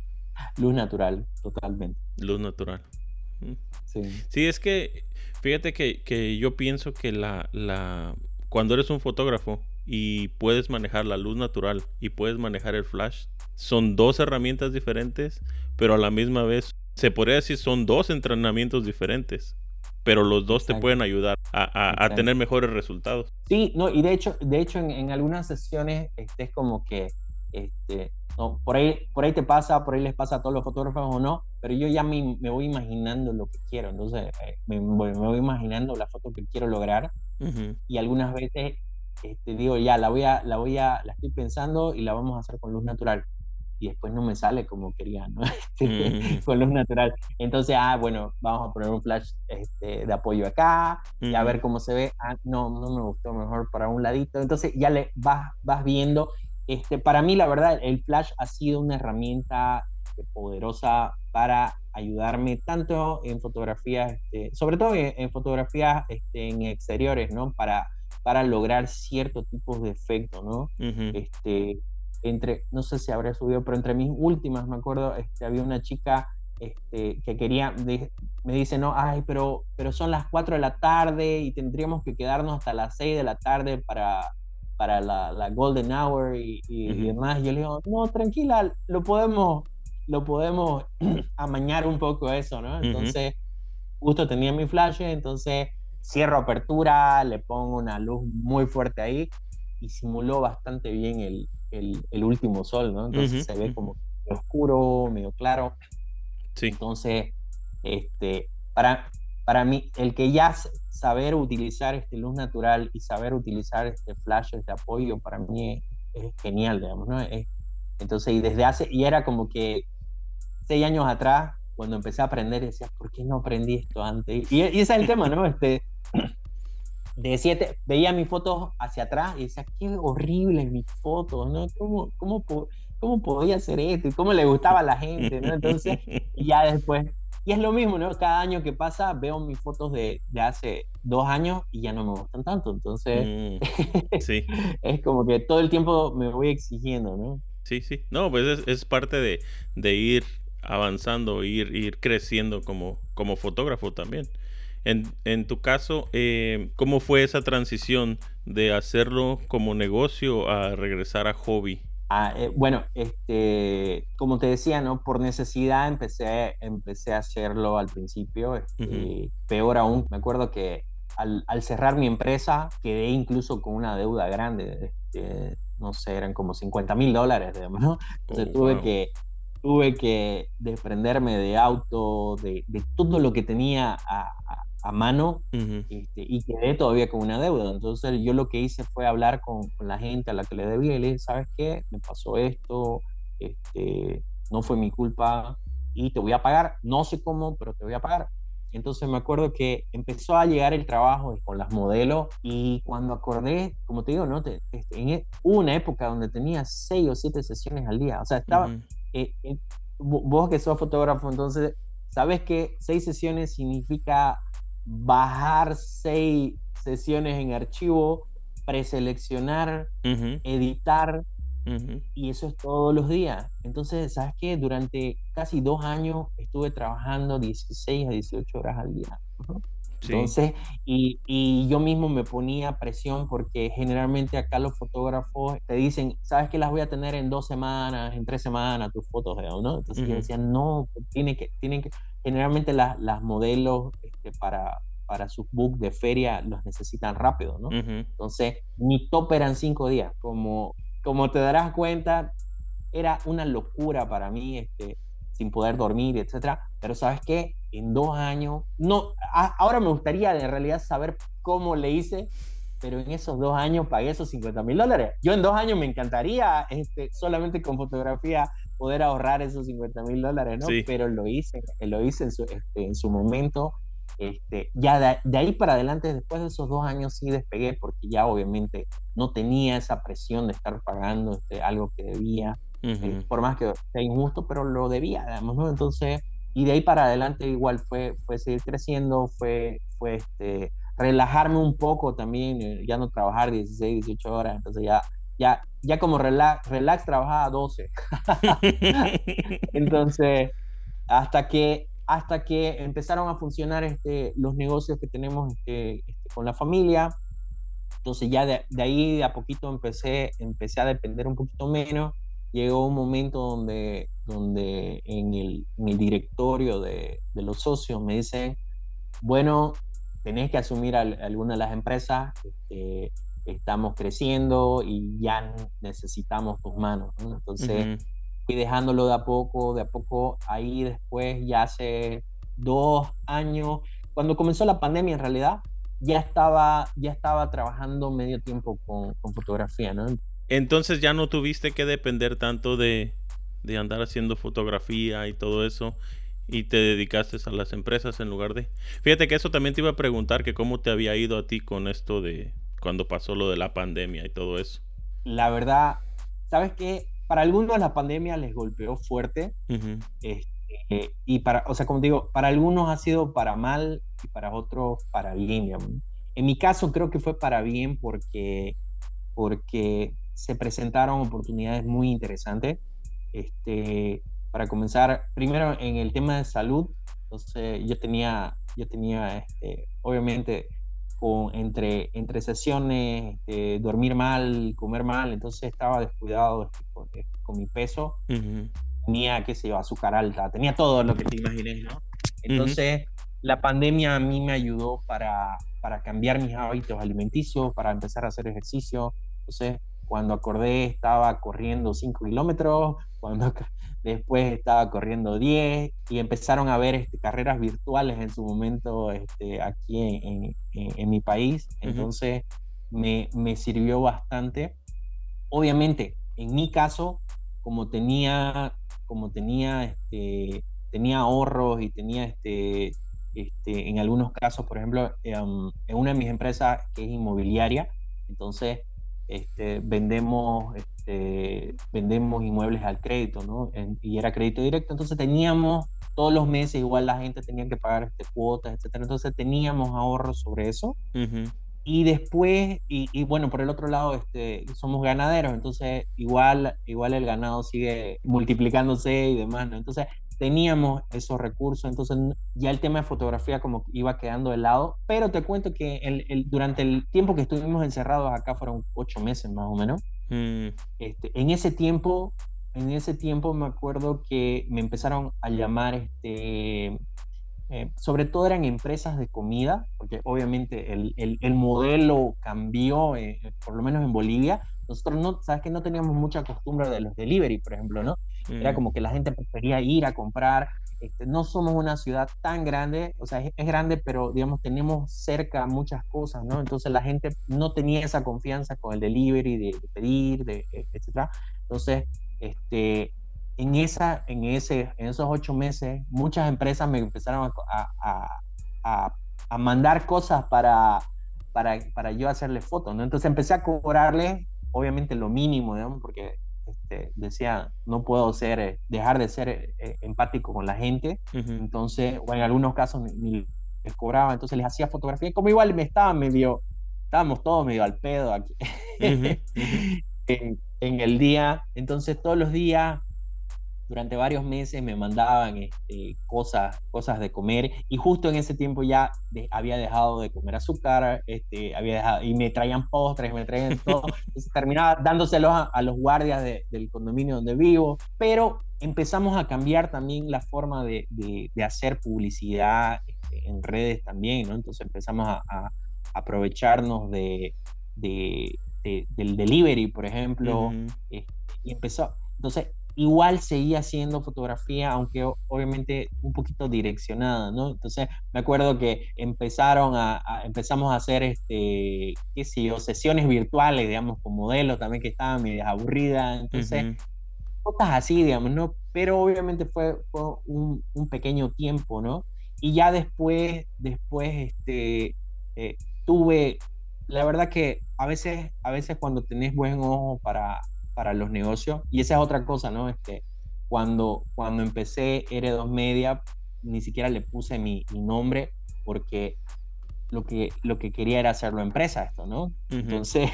Luz natural, totalmente, Luz natural. Mm. sí. Sí, es que fíjate que, que yo pienso que la, la, cuando eres un fotógrafo y puedes manejar la luz natural y puedes manejar el flash, son dos herramientas diferentes, pero a la misma vez se podría decir son dos entrenamientos diferentes, pero los dos te Exacto, pueden ayudar a, a, a tener exacto. mejores resultados. Sí, no, y de hecho, de hecho en, en algunas sesiones este, es como que, este, no, por ahí, por ahí te pasa, por ahí les pasa a todos los fotógrafos o no, pero yo ya me, me voy imaginando lo que quiero, entonces eh, me, voy, me voy imaginando la foto que quiero lograr Ujú, y algunas veces este, digo, ya, la voy a, la voy a, la estoy pensando y la vamos a hacer con luz natural y después no me sale como quería, ¿no? Este, ujú, con luz natural. Entonces, ah, bueno, vamos a poner un flash este, de apoyo acá y a ujú, ver cómo se ve. Ah, no, no me gustó, mejor para un ladito. Entonces ya le vas, vas viendo. Este, para mí, la verdad, el flash ha sido una herramienta este, poderosa para ayudarme tanto en fotografías, este, sobre todo en, en fotografías este, en exteriores, ¿no? Para, para lograr ciertos tipos de efectos, ¿no? ujú, Este, entre, no sé si habré subido, pero entre mis últimas, me acuerdo, este, había una chica este, que quería, de, me dice, no, ay, pero, pero son las cuatro de la tarde y tendríamos que quedarnos hasta las seis de la tarde para, para la, la golden hour y, y, y ujú, demás. Yo le digo, no, tranquila, lo podemos, lo podemos amañar un poco eso, ¿no? ujú. Entonces, justo tenía mi flash, entonces cierro apertura, le pongo una luz muy fuerte ahí y simuló bastante bien el, el, el último sol, ¿no? Entonces Ujú, se ve ujú. como medio oscuro, medio claro. Sí. Entonces, este, para, para mí, el que ya saber utilizar este luz natural y saber utilizar este flashes de apoyo, para mí es, es genial, digamos, ¿no? Es, entonces, y desde hace, y era como que seis años atrás, cuando empecé a aprender, decía, ¿por qué no aprendí esto antes? Y, y ese es el tema, ¿no? Este, de siete, veía mis fotos hacia atrás y decía, qué horribles mis fotos, ¿no? ¿Cómo, cómo, cómo podía hacer esto? ¿Y cómo le gustaba a la gente, ¿no? Entonces, y ya después, y es lo mismo, ¿no? Cada año que pasa veo mis fotos de, de hace dos años y ya no me gustan tanto. Entonces, Mm, sí. es como que todo el tiempo me voy exigiendo, ¿no? Sí, sí. No, pues es, es parte de, de ir avanzando, ir, ir creciendo como, como fotógrafo también. En, en tu caso, eh, ¿cómo fue esa transición de hacerlo como negocio a regresar a hobby? Ah, eh, bueno, este, como te decía, ¿no? Por necesidad empecé, empecé a hacerlo al principio. Ujú. Este, peor aún, me acuerdo que al, al cerrar mi empresa quedé incluso con una deuda grande. Este, no sé, eran como cincuenta mil dólares, digamos, ¿no? Entonces Oh, tuve wow. que, tuve que desprenderme de auto, de, de todo lo que tenía a, a- a mano, Ujú, este, y quedé todavía con una deuda. Entonces yo lo que hice fue hablar con, con la gente a la que le debía y le dije, ¿sabes qué? Me pasó esto, este, no fue mi culpa y te voy a pagar, no sé cómo, pero te voy a pagar. Entonces me acuerdo que empezó a llegar el trabajo con las modelos y cuando acordé, como te digo, ¿no? Te- este, en, e- hubo una época donde tenía seis o siete sesiones al día. O sea, estaba, ujú, eh, eh, vo- vos que sos fotógrafo, entonces, sabes que seis sesiones significa bajar seis sesiones en archivo, preseleccionar, ujú, editar, ujú. y eso es todos los días. Entonces, ¿sabes qué? Durante casi dos años estuve trabajando dieciséis a dieciocho horas al día. Ujú. Sí. Entonces, y, y yo mismo me ponía presión porque generalmente acá los fotógrafos te dicen, sabes que las voy a tener en dos semanas, en tres semanas, tus fotos, ¿no? Entonces yo Ujú, decía, no, tiene que, tienen que, generalmente las, las modelos este, para, para sus books de feria los necesitan rápido, ¿no? ujú. Entonces, mi top eran cinco días. Como, como te darás cuenta, era una locura para mí, este, sin poder dormir, etcétera. Pero ¿sabes qué? En dos años, no, a, ahora me gustaría en realidad saber cómo le hice, pero en esos dos años pagué esos cincuenta mil dólares. Yo en dos años me encantaría, este, solamente con fotografía, poder ahorrar esos cincuenta mil dólares, ¿no? Sí. Pero lo hice, lo hice en su, este, en su momento. Este, ya de, de, ahí para adelante, después de esos dos años sí despegué, porque ya obviamente no tenía esa presión de estar pagando este, algo que debía, eh, Ujú. por más que sea injusto, pero lo debía, digamos, ¿no? Entonces, y de ahí para adelante igual fue, fue seguir creciendo, fue, fue este, relajarme un poco también, eh, ya no trabajar dieciséis dieciocho horas, entonces ya, ya, ya como relax, relax trabajaba doce. Entonces, hasta que, hasta que empezaron a funcionar este, los negocios que tenemos este, este, con la familia, entonces ya de, de ahí de a poquito empecé, empecé a depender un poquito menos. Llegó un momento donde, donde en, el, en el directorio de, de los socios me dicen, bueno, tenés que asumir al, alguna de las empresas, este, estamos creciendo y ya necesitamos tus manos, ¿no? Entonces Ujú. fui dejándolo de a poco, de a poco, ahí después, ya hace dos años, cuando comenzó la pandemia en realidad, ya estaba, ya estaba trabajando medio tiempo con, con fotografía, ¿no? Entonces ya no tuviste que depender tanto de, de andar haciendo fotografía y todo eso y te dedicaste a las empresas en lugar de... Fíjate que eso también te iba a preguntar que cómo te había ido a ti con esto de cuando pasó lo de la pandemia y todo eso. La verdad, ¿sabes qué? Para algunos la pandemia les golpeó fuerte, Ujú, este, y para, o sea, como digo, para algunos ha sido para mal y para otros para bien, digamos, ¿no? En mi caso creo que fue para bien porque, porque se presentaron oportunidades muy interesantes. Este, para comenzar, primero en el tema de salud, entonces yo tenía, yo tenía este, obviamente, con, entre, entre sesiones, este, dormir mal, comer mal, entonces estaba descuidado este, con, este, con mi peso, ujú, tenía, qué sé yo, azúcar alta, tenía todo lo que te imagines, ¿no? ujú, Entonces, la pandemia a mí me ayudó para, para cambiar mis hábitos alimenticios, para empezar a hacer ejercicio. Entonces, cuando acordé, estaba corriendo cinco kilómetros, cuando después estaba corriendo diez y empezaron a haber este, carreras virtuales en su momento este, aquí en, en, en mi país. ujú, Entonces, me, me sirvió bastante. Obviamente, en mi caso, como tenía, como tenía, este, tenía ahorros y tenía, este, este, en algunos casos, por ejemplo, um, en una de mis empresas que es inmobiliaria, entonces este, vendemos, este, vendemos inmuebles al crédito, ¿no? En, y era crédito directo, entonces teníamos todos los meses, igual la gente tenía que pagar este, cuotas, etcétera. Entonces teníamos ahorros sobre eso ujú. y después, y, y bueno, por el otro lado, este, somos ganaderos, entonces igual, igual el ganado sigue multiplicándose y demás, ¿no? Entonces teníamos esos recursos, entonces ya el tema de fotografía como que iba quedando de lado, pero te cuento que el, el, durante el tiempo que estuvimos encerrados acá, fueron ocho meses más o menos, Mm, este, en ese tiempo, en ese tiempo me acuerdo que me empezaron a llamar, este, eh, sobre todo eran empresas de comida, porque obviamente el, el, el modelo cambió, eh, por lo menos en Bolivia. Nosotros no, sabes que no teníamos mucha costumbre de los delivery, por ejemplo, ¿no? Era mm, como que la gente prefería ir a comprar. Este, no somos una ciudad tan grande, o sea, es, es grande, pero digamos, tenemos cerca muchas cosas, ¿no? Entonces la gente no tenía esa confianza con el delivery, de, de pedir, de, etcétera. Entonces, este, en, esa, en, ese, en esos ocho meses, muchas empresas me empezaron a, a, a, a mandar cosas para, para, para yo hacerle fotos, ¿no? Entonces empecé a cobrarle, obviamente, lo mínimo, digamos, porque este, decía, no puedo ser, eh, dejar de ser eh, empático con la gente. ujú, Entonces, o en algunos casos ni, ni les cobraba, entonces les hacía fotografía, como igual me estaba medio, estábamos todos medio al pedo aquí ujú, ujú, en, en el día, entonces todos los días durante varios meses me mandaban este, cosas, cosas de comer y justo en ese tiempo ya de, había dejado de comer azúcar, este, había dejado, y me traían postres, me traían todo, entonces terminaba dándoselos a, a los guardias de, del condominio donde vivo, pero empezamos a cambiar también la forma de, de, de hacer publicidad este, en redes también, ¿no? Entonces empezamos a, a aprovecharnos de, de, de, del delivery, por ejemplo, ujú, eh, y empezó, entonces igual seguía haciendo fotografía, aunque obviamente un poquito direccionada, ¿no? Entonces me acuerdo que empezaron a, a empezamos a hacer, este, qué sé yo, sesiones virtuales, digamos, con modelos también que estaban medio aburridas, entonces ujú, cosas así, digamos, ¿no? Pero obviamente fue, fue un, un pequeño tiempo, ¿no? Y ya después, después, este, eh, tuve, la verdad que a veces, a veces cuando tenés buen ojo para, para los negocios, y esa es otra cosa, ¿no? Este, cuando, cuando empecé R dos Media, ni siquiera le puse mi, mi nombre porque lo que, lo que quería era hacerlo empresa esto, ¿no? ujú, Entonces,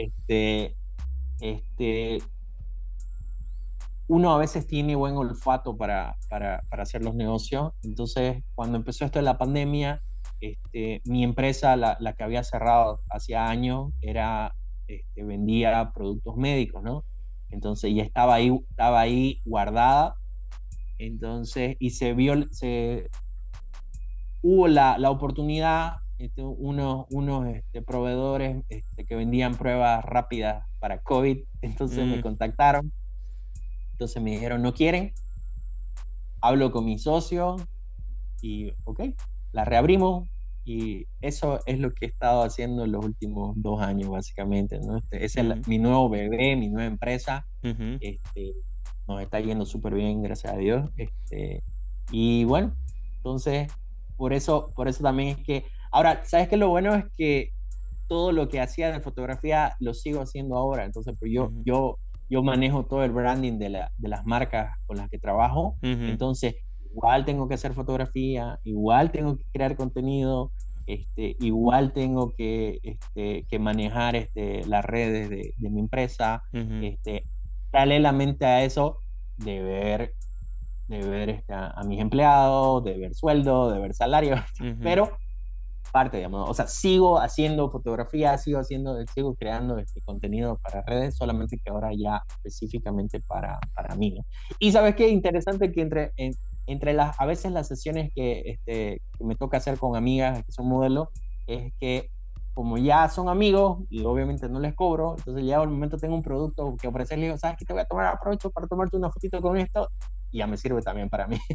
este, este, uno a veces tiene buen olfato para, para, para hacer los negocios. Entonces, cuando empezó esto de la pandemia, este, mi empresa, la, la que había cerrado hacía años, era, este, vendía productos médicos, ¿no? Entonces, ya estaba ahí, estaba ahí guardada. Entonces, y se vio, se, hubo la, la oportunidad, este, unos, unos este, proveedores este, que vendían pruebas rápidas para COVID, entonces me mm, contactaron, entonces me dijeron, ¿no quieren? Hablo con mi socio y, ok, la reabrimos y eso es lo que he estado haciendo en los últimos dos años, básicamente, ¿no? Este, ese es el- ujú, mi nuevo bebé, mi nueva empresa, ujú. este, nos está yendo súper bien, gracias a Dios, este, y bueno, entonces, por eso, por eso también es que, ahora, ¿sabes qué? Lo bueno es que todo lo que hacía de fotografía lo sigo haciendo ahora. Entonces, pues yo, Ujú, yo, yo manejo todo el branding de, la, de las marcas con las que trabajo. ujú, Entonces, igual tengo que hacer fotografía, igual tengo que crear contenido, este, igual tengo que, este, que manejar este, las redes de, de mi empresa. ujú, Este, paralelamente a eso, de ver, de ver este, a, a mis empleados, de ver sueldo, de ver salario, ujú. pero parte, digamos, ¿no? O sea, sigo haciendo fotografía, sigo haciendo, sigo creando este contenido para redes, solamente que ahora ya específicamente para, para mí, ¿no? Y sabes qué interesante que entre, en, entre las, a veces las sesiones que, este, que me toca hacer con amigas que son modelos, es que como ya son amigos y obviamente no les cobro, entonces ya al momento tengo un producto que ofrecerles, digo, ¿sabes qué? Te voy a tomar aprovecho para tomarte una fotito con esto y ya me sirve también para mí.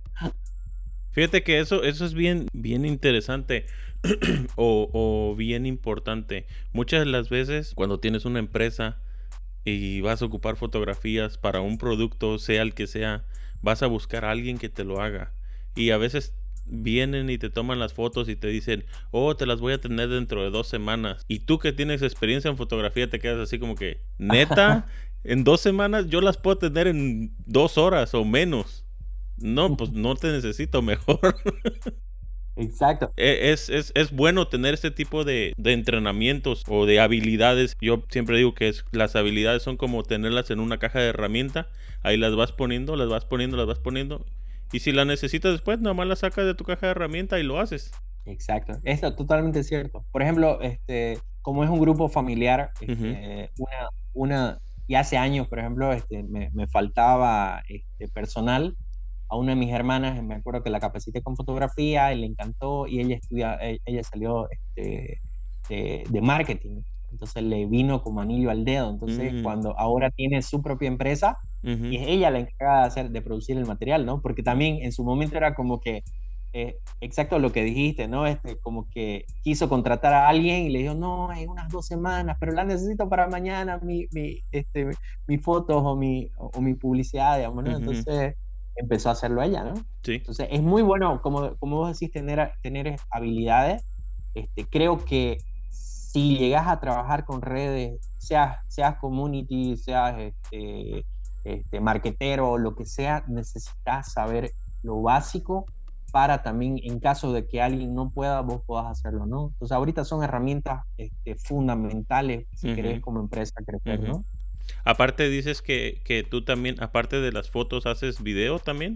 Fíjate que eso, eso es bien, bien interesante o, o bien importante. Muchas de las veces cuando tienes una empresa y vas a ocupar fotografías para un producto, sea el que sea, vas a buscar a alguien que te lo haga. Y a veces vienen y te toman las fotos y te dicen, oh, te las voy a tener dentro de dos semanas. Y tú que tienes experiencia en fotografía te quedas así como que, neta, en dos semanas yo las puedo tener en dos horas o menos. No, pues no te necesito mejor. Exacto. E- Es, es, es bueno tener este tipo de, de entrenamientos o de habilidades. Yo siempre digo que es, las habilidades son como tenerlas en una caja de herramienta. Ahí las vas poniendo, las vas poniendo, las vas poniendo. Y si la necesitas después, nomás la sacas de tu caja de herramienta y lo haces. Exacto, esto es totalmente cierto. Por ejemplo, este, como es un grupo familiar, Ujú, este, una, una, y hace años, por ejemplo, este, me, me faltaba este, personal a una de mis hermanas, me acuerdo que la capacité con fotografía y le encantó y ella estudia, e- ella salió este, de, de marketing, entonces le vino como anillo al dedo. Entonces, mm, cuando ahora tiene su propia empresa y ujú, es ella la encargada de hacer, de producir el material, ¿no? Porque también en su momento era como que eh, exacto lo que dijiste, ¿no? Este, como que quiso contratar a alguien y le dijo, no, en unas dos semanas, pero la necesito para mañana, mi, mi, este, mi fotos o mi, o, o mi publicidad, digamos, ¿no? ujú. Entonces empezó a hacerlo ella, ¿no? Sí. Entonces es muy bueno, como, como vos decís, tener, tener habilidades. Este, creo que si llegas a trabajar con redes, seas, seas community, seas este, este, marketero, lo que sea, necesitas saber lo básico para también, en caso de que alguien no pueda, vos puedas hacerlo, ¿no? Entonces, ahorita son herramientas este, fundamentales si querés Ujú, como empresa crecer, ujú. ¿no? Aparte dices que, que tú también, aparte de las fotos, haces video también.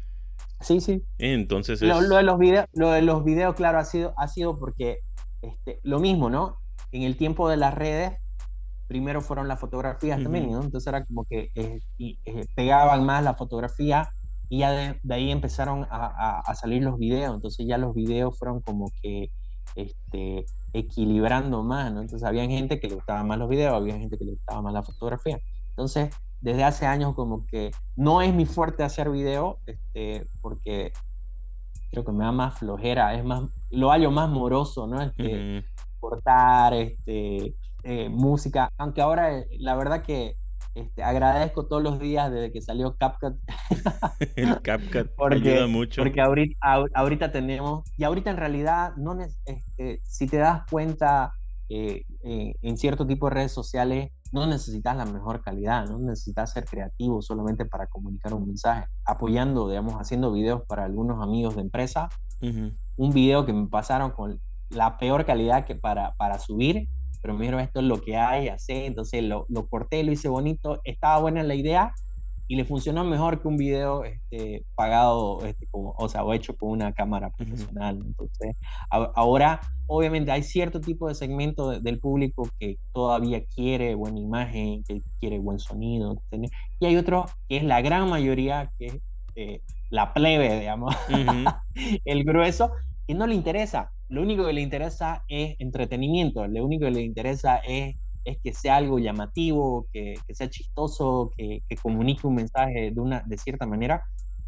Sí, sí. Entonces Lo, lo de es... los videos, lo de los videos, claro, ha sido, ha sido porque este, lo mismo, ¿no? En el tiempo de las redes, primero fueron las fotografías también, Ujú, ¿no? Entonces era como que eh, y, eh, pegaban más la fotografía y ya de, de ahí empezaron a, a, a, salir los videos. Entonces ya los videos fueron como que este, equilibrando más, ¿no? Entonces había gente que le gustaba más los videos, había gente que le gustaba más la fotografía. Entonces, desde hace años como que no es mi fuerte hacer video, este, porque creo que me da más flojera, es más, lo hallo más moroso, ¿no? Este, ujú. cortar, este, eh, música, aunque ahora eh, la verdad que este, agradezco todos los días desde que salió CapCut, El CapCut ayuda porque, mucho. porque ahorita, ahorita tenemos, y ahorita en realidad, no este, si te das cuenta, eh, eh, en cierto tipo de redes sociales, no necesitas la mejor calidad, no necesitas ser creativo solamente para comunicar un mensaje, apoyando, digamos, haciendo videos para algunos amigos de empresa, Ujú, un video que me pasaron con la peor calidad que para, para subir, pero me dijeron esto es lo que hay, así, entonces lo, lo corté, lo hice bonito, estaba buena la idea y le funcionó mejor que un video este, pagado, este, como, o sea, o hecho con una cámara ujú, profesional. Entonces, a, ahora, obviamente, hay cierto tipo de segmento de, del público que todavía quiere buena imagen, que quiere buen sonido, y hay otro que es la gran mayoría, que es eh, la plebe, digamos, ujú, el grueso, que no le interesa. Lo único que le interesa es entretenimiento, lo único que le interesa es, es que sea algo llamativo, que, que sea chistoso, que, que, comunique un mensaje de, una, de cierta manera.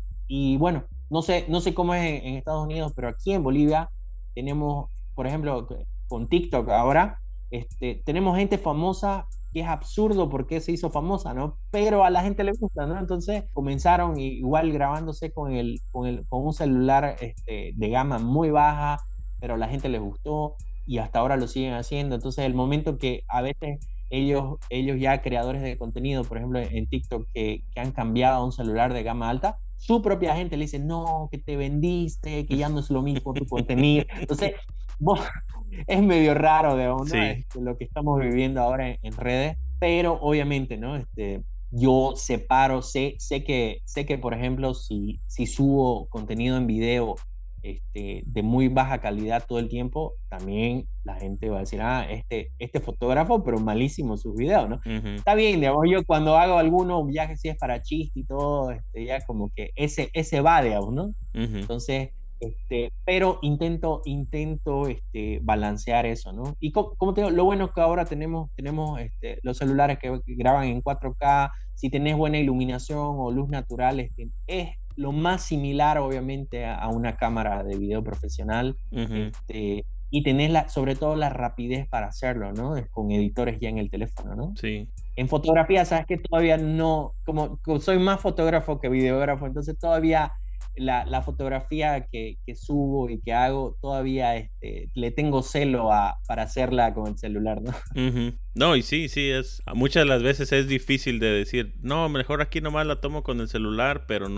Y bueno, no sé, no sé cómo es en, en Estados Unidos, pero aquí en Bolivia tenemos, por ejemplo, con TikTok ahora, este, tenemos gente famosa que es absurdo porque se hizo famosa, ¿no? Pero a la gente le gusta, ¿no? Entonces comenzaron igual grabándose con, el, con, el, con un celular este, de gama muy baja, pero a la gente les gustó y hasta ahora lo siguen haciendo. Entonces el momento que a veces ellos, ellos ya creadores de contenido, por ejemplo en TikTok, que, que han cambiado a un celular de gama alta, su propia gente le dice, no, que te vendiste, que ya no es lo mismo tu contenido. Entonces, vos, es medio raro, digamos, ¿no? sí. Este, lo que estamos viviendo ahora en, en redes, pero obviamente, ¿no? Este, yo separo, sé, sé, que, sé que, por ejemplo, si, si subo contenido en video este, de muy baja calidad todo el tiempo, también la gente va a decir, ah, este, este fotógrafo, pero malísimo sus videos, ¿no? Ujú, Está bien, digamos, yo cuando hago algunos viajes, si es para chiste y todo, este, ya como que ese, ese va, digamos, ¿no? ujú. Entonces, este, pero intento, intento este, balancear eso, ¿no? Y co como te digo, lo bueno es que ahora tenemos, tenemos este, los celulares que, que graban en cuatro K, si tenés buena iluminación o luz natural, este, es lo más similar, obviamente, a, a una cámara de video profesional, Ujú, este, y tenés la, sobre todo la rapidez para hacerlo, ¿no? Es con editores ya en el teléfono, ¿no? sí. En fotografía, sabes que todavía no, como, como soy más fotógrafo que videógrafo, entonces todavía la, la fotografía que, que, subo y que hago, todavía este, le tengo celo a, para hacerla con el celular, ¿no? Ujú. No, y sí, sí, es muchas de las veces es difícil de decir, no, mejor aquí nomás la tomo con el celular, pero no.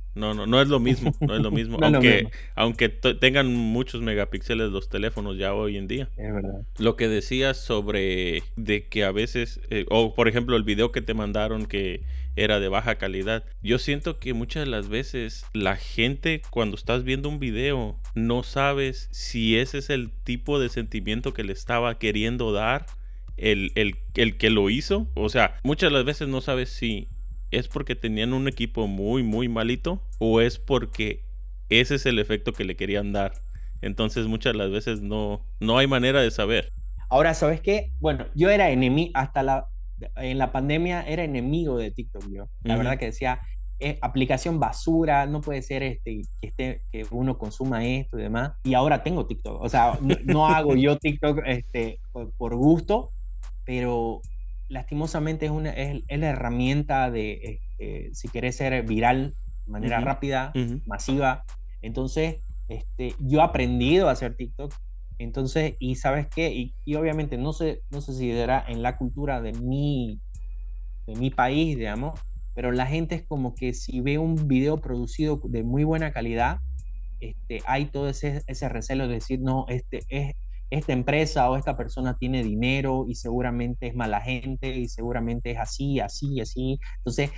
No, no, no es lo mismo, no es lo mismo. No es lo aunque mismo. aunque t- tengan muchos megapíxeles los teléfonos ya hoy en día. Es verdad. Lo que decías sobre de que a veces, eh, o por ejemplo el video que te mandaron que era de baja calidad, yo siento que muchas de las veces la gente cuando estás viendo un video no sabes si ese es el tipo de sentimiento que le estaba queriendo dar el, el, el que lo hizo. O sea, muchas de las veces no sabes si es porque tenían un equipo muy muy malito o es porque ese es el efecto que le querían dar. Entonces muchas de las veces no, no hay manera de saber. Ahora, ¿sabes qué? Bueno, yo era enemigo, hasta la, en la pandemia era enemigo de TikTok yo. La Ujú. verdad que decía, es aplicación basura, no puede ser este, que, esté, que uno consuma esto y demás. Y ahora tengo TikTok. O sea, no, no hago yo TikTok este, por, por gusto, pero lastimosamente es, una, es, es la herramienta de, este, si querés ser viral de manera Ujú, rápida, ujú. masiva. Entonces, este, yo he aprendido a hacer TikTok. Entonces, y sabes qué, y, y obviamente no sé, no sé si será en la cultura de mi, de mi país, digamos, pero la gente es como que si ve un video producido de muy buena calidad, este, hay todo ese, ese recelo de decir, no, este, es, esta empresa o esta persona tiene dinero y seguramente es mala gente y seguramente es así, así, así. Entonces,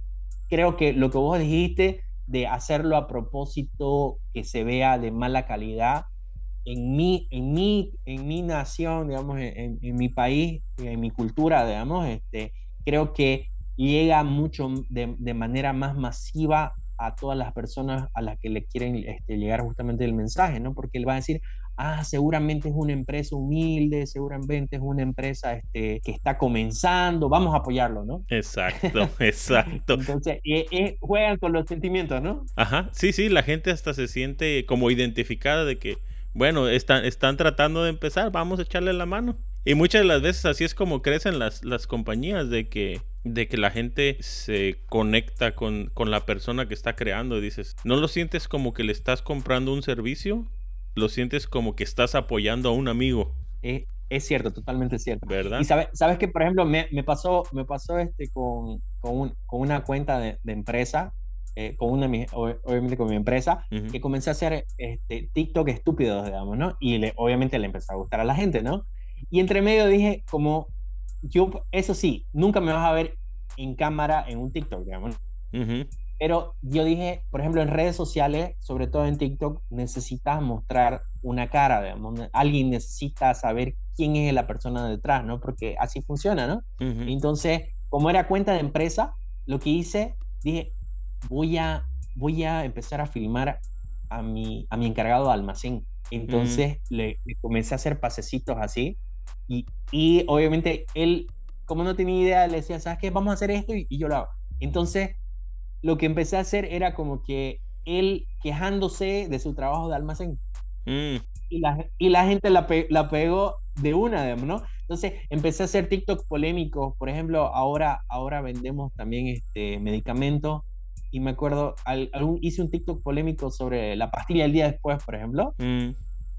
creo que lo que vos dijiste de hacerlo a propósito que se vea de mala calidad, en mi, en mi, en mi nación, digamos, en, en mi país, en mi cultura, digamos, este, creo que llega mucho de, de manera más masiva a todas las personas a las que le quieren este, llegar justamente el mensaje, ¿no? Porque él va a decir, ah, seguramente es una empresa humilde, seguramente es una empresa este, que está comenzando, vamos a apoyarlo, ¿no? Exacto, exacto. Entonces, eh, eh, juegan con los sentimientos, ¿no? Ajá, sí, sí, la gente hasta se siente como identificada de que, bueno, están, están tratando de empezar, vamos a echarle la mano. Y muchas de las veces así es como crecen las, las compañías, de que, de que la gente se conecta con, con la persona que está creando. Y dices, no lo sientes como que le estás comprando un servicio, lo sientes como que estás apoyando a un amigo, Es, es cierto, totalmente cierto. Y ¿verdad? sabe, sabes que, por ejemplo, me, me pasó, me pasó este con, con, un, con una cuenta de, de empresa, eh, con una, obviamente con mi empresa, Ujú, que comencé a hacer este, TikTok estúpidos, digamos, ¿no? Y le, obviamente le empezó a gustar a la gente, ¿no? Y entre medio dije, como, yo, eso sí, nunca me vas a ver en cámara en un TikTok, digamos, ¿no? ujú, Pero yo dije, por ejemplo, en redes sociales, sobre todo en TikTok, necesitas mostrar una cara, digamos. Alguien necesita saber quién es la persona detrás, ¿no? Porque así funciona, ¿no? ujú, Entonces, como era cuenta de empresa, lo que hice, dije, voy a, voy a empezar a filmar a mi, a mi encargado de almacén. mm, Entonces, le, le comencé a hacer pasecitos así. Y, y obviamente él, como no tenía idea, le decía, ¿sabes qué? Vamos a hacer esto y, y yo lo hago. Entonces, lo que empecé a hacer era como que él quejándose de su trabajo de almacén mm, y la, y la gente la, pe, la pegó de una, ¿no? Entonces empecé a hacer TikTok polémicos, por ejemplo, ahora, ahora vendemos también este, medicamentos y me acuerdo, al, algún, hice un TikTok polémico sobre la pastilla el día después, por ejemplo, mm.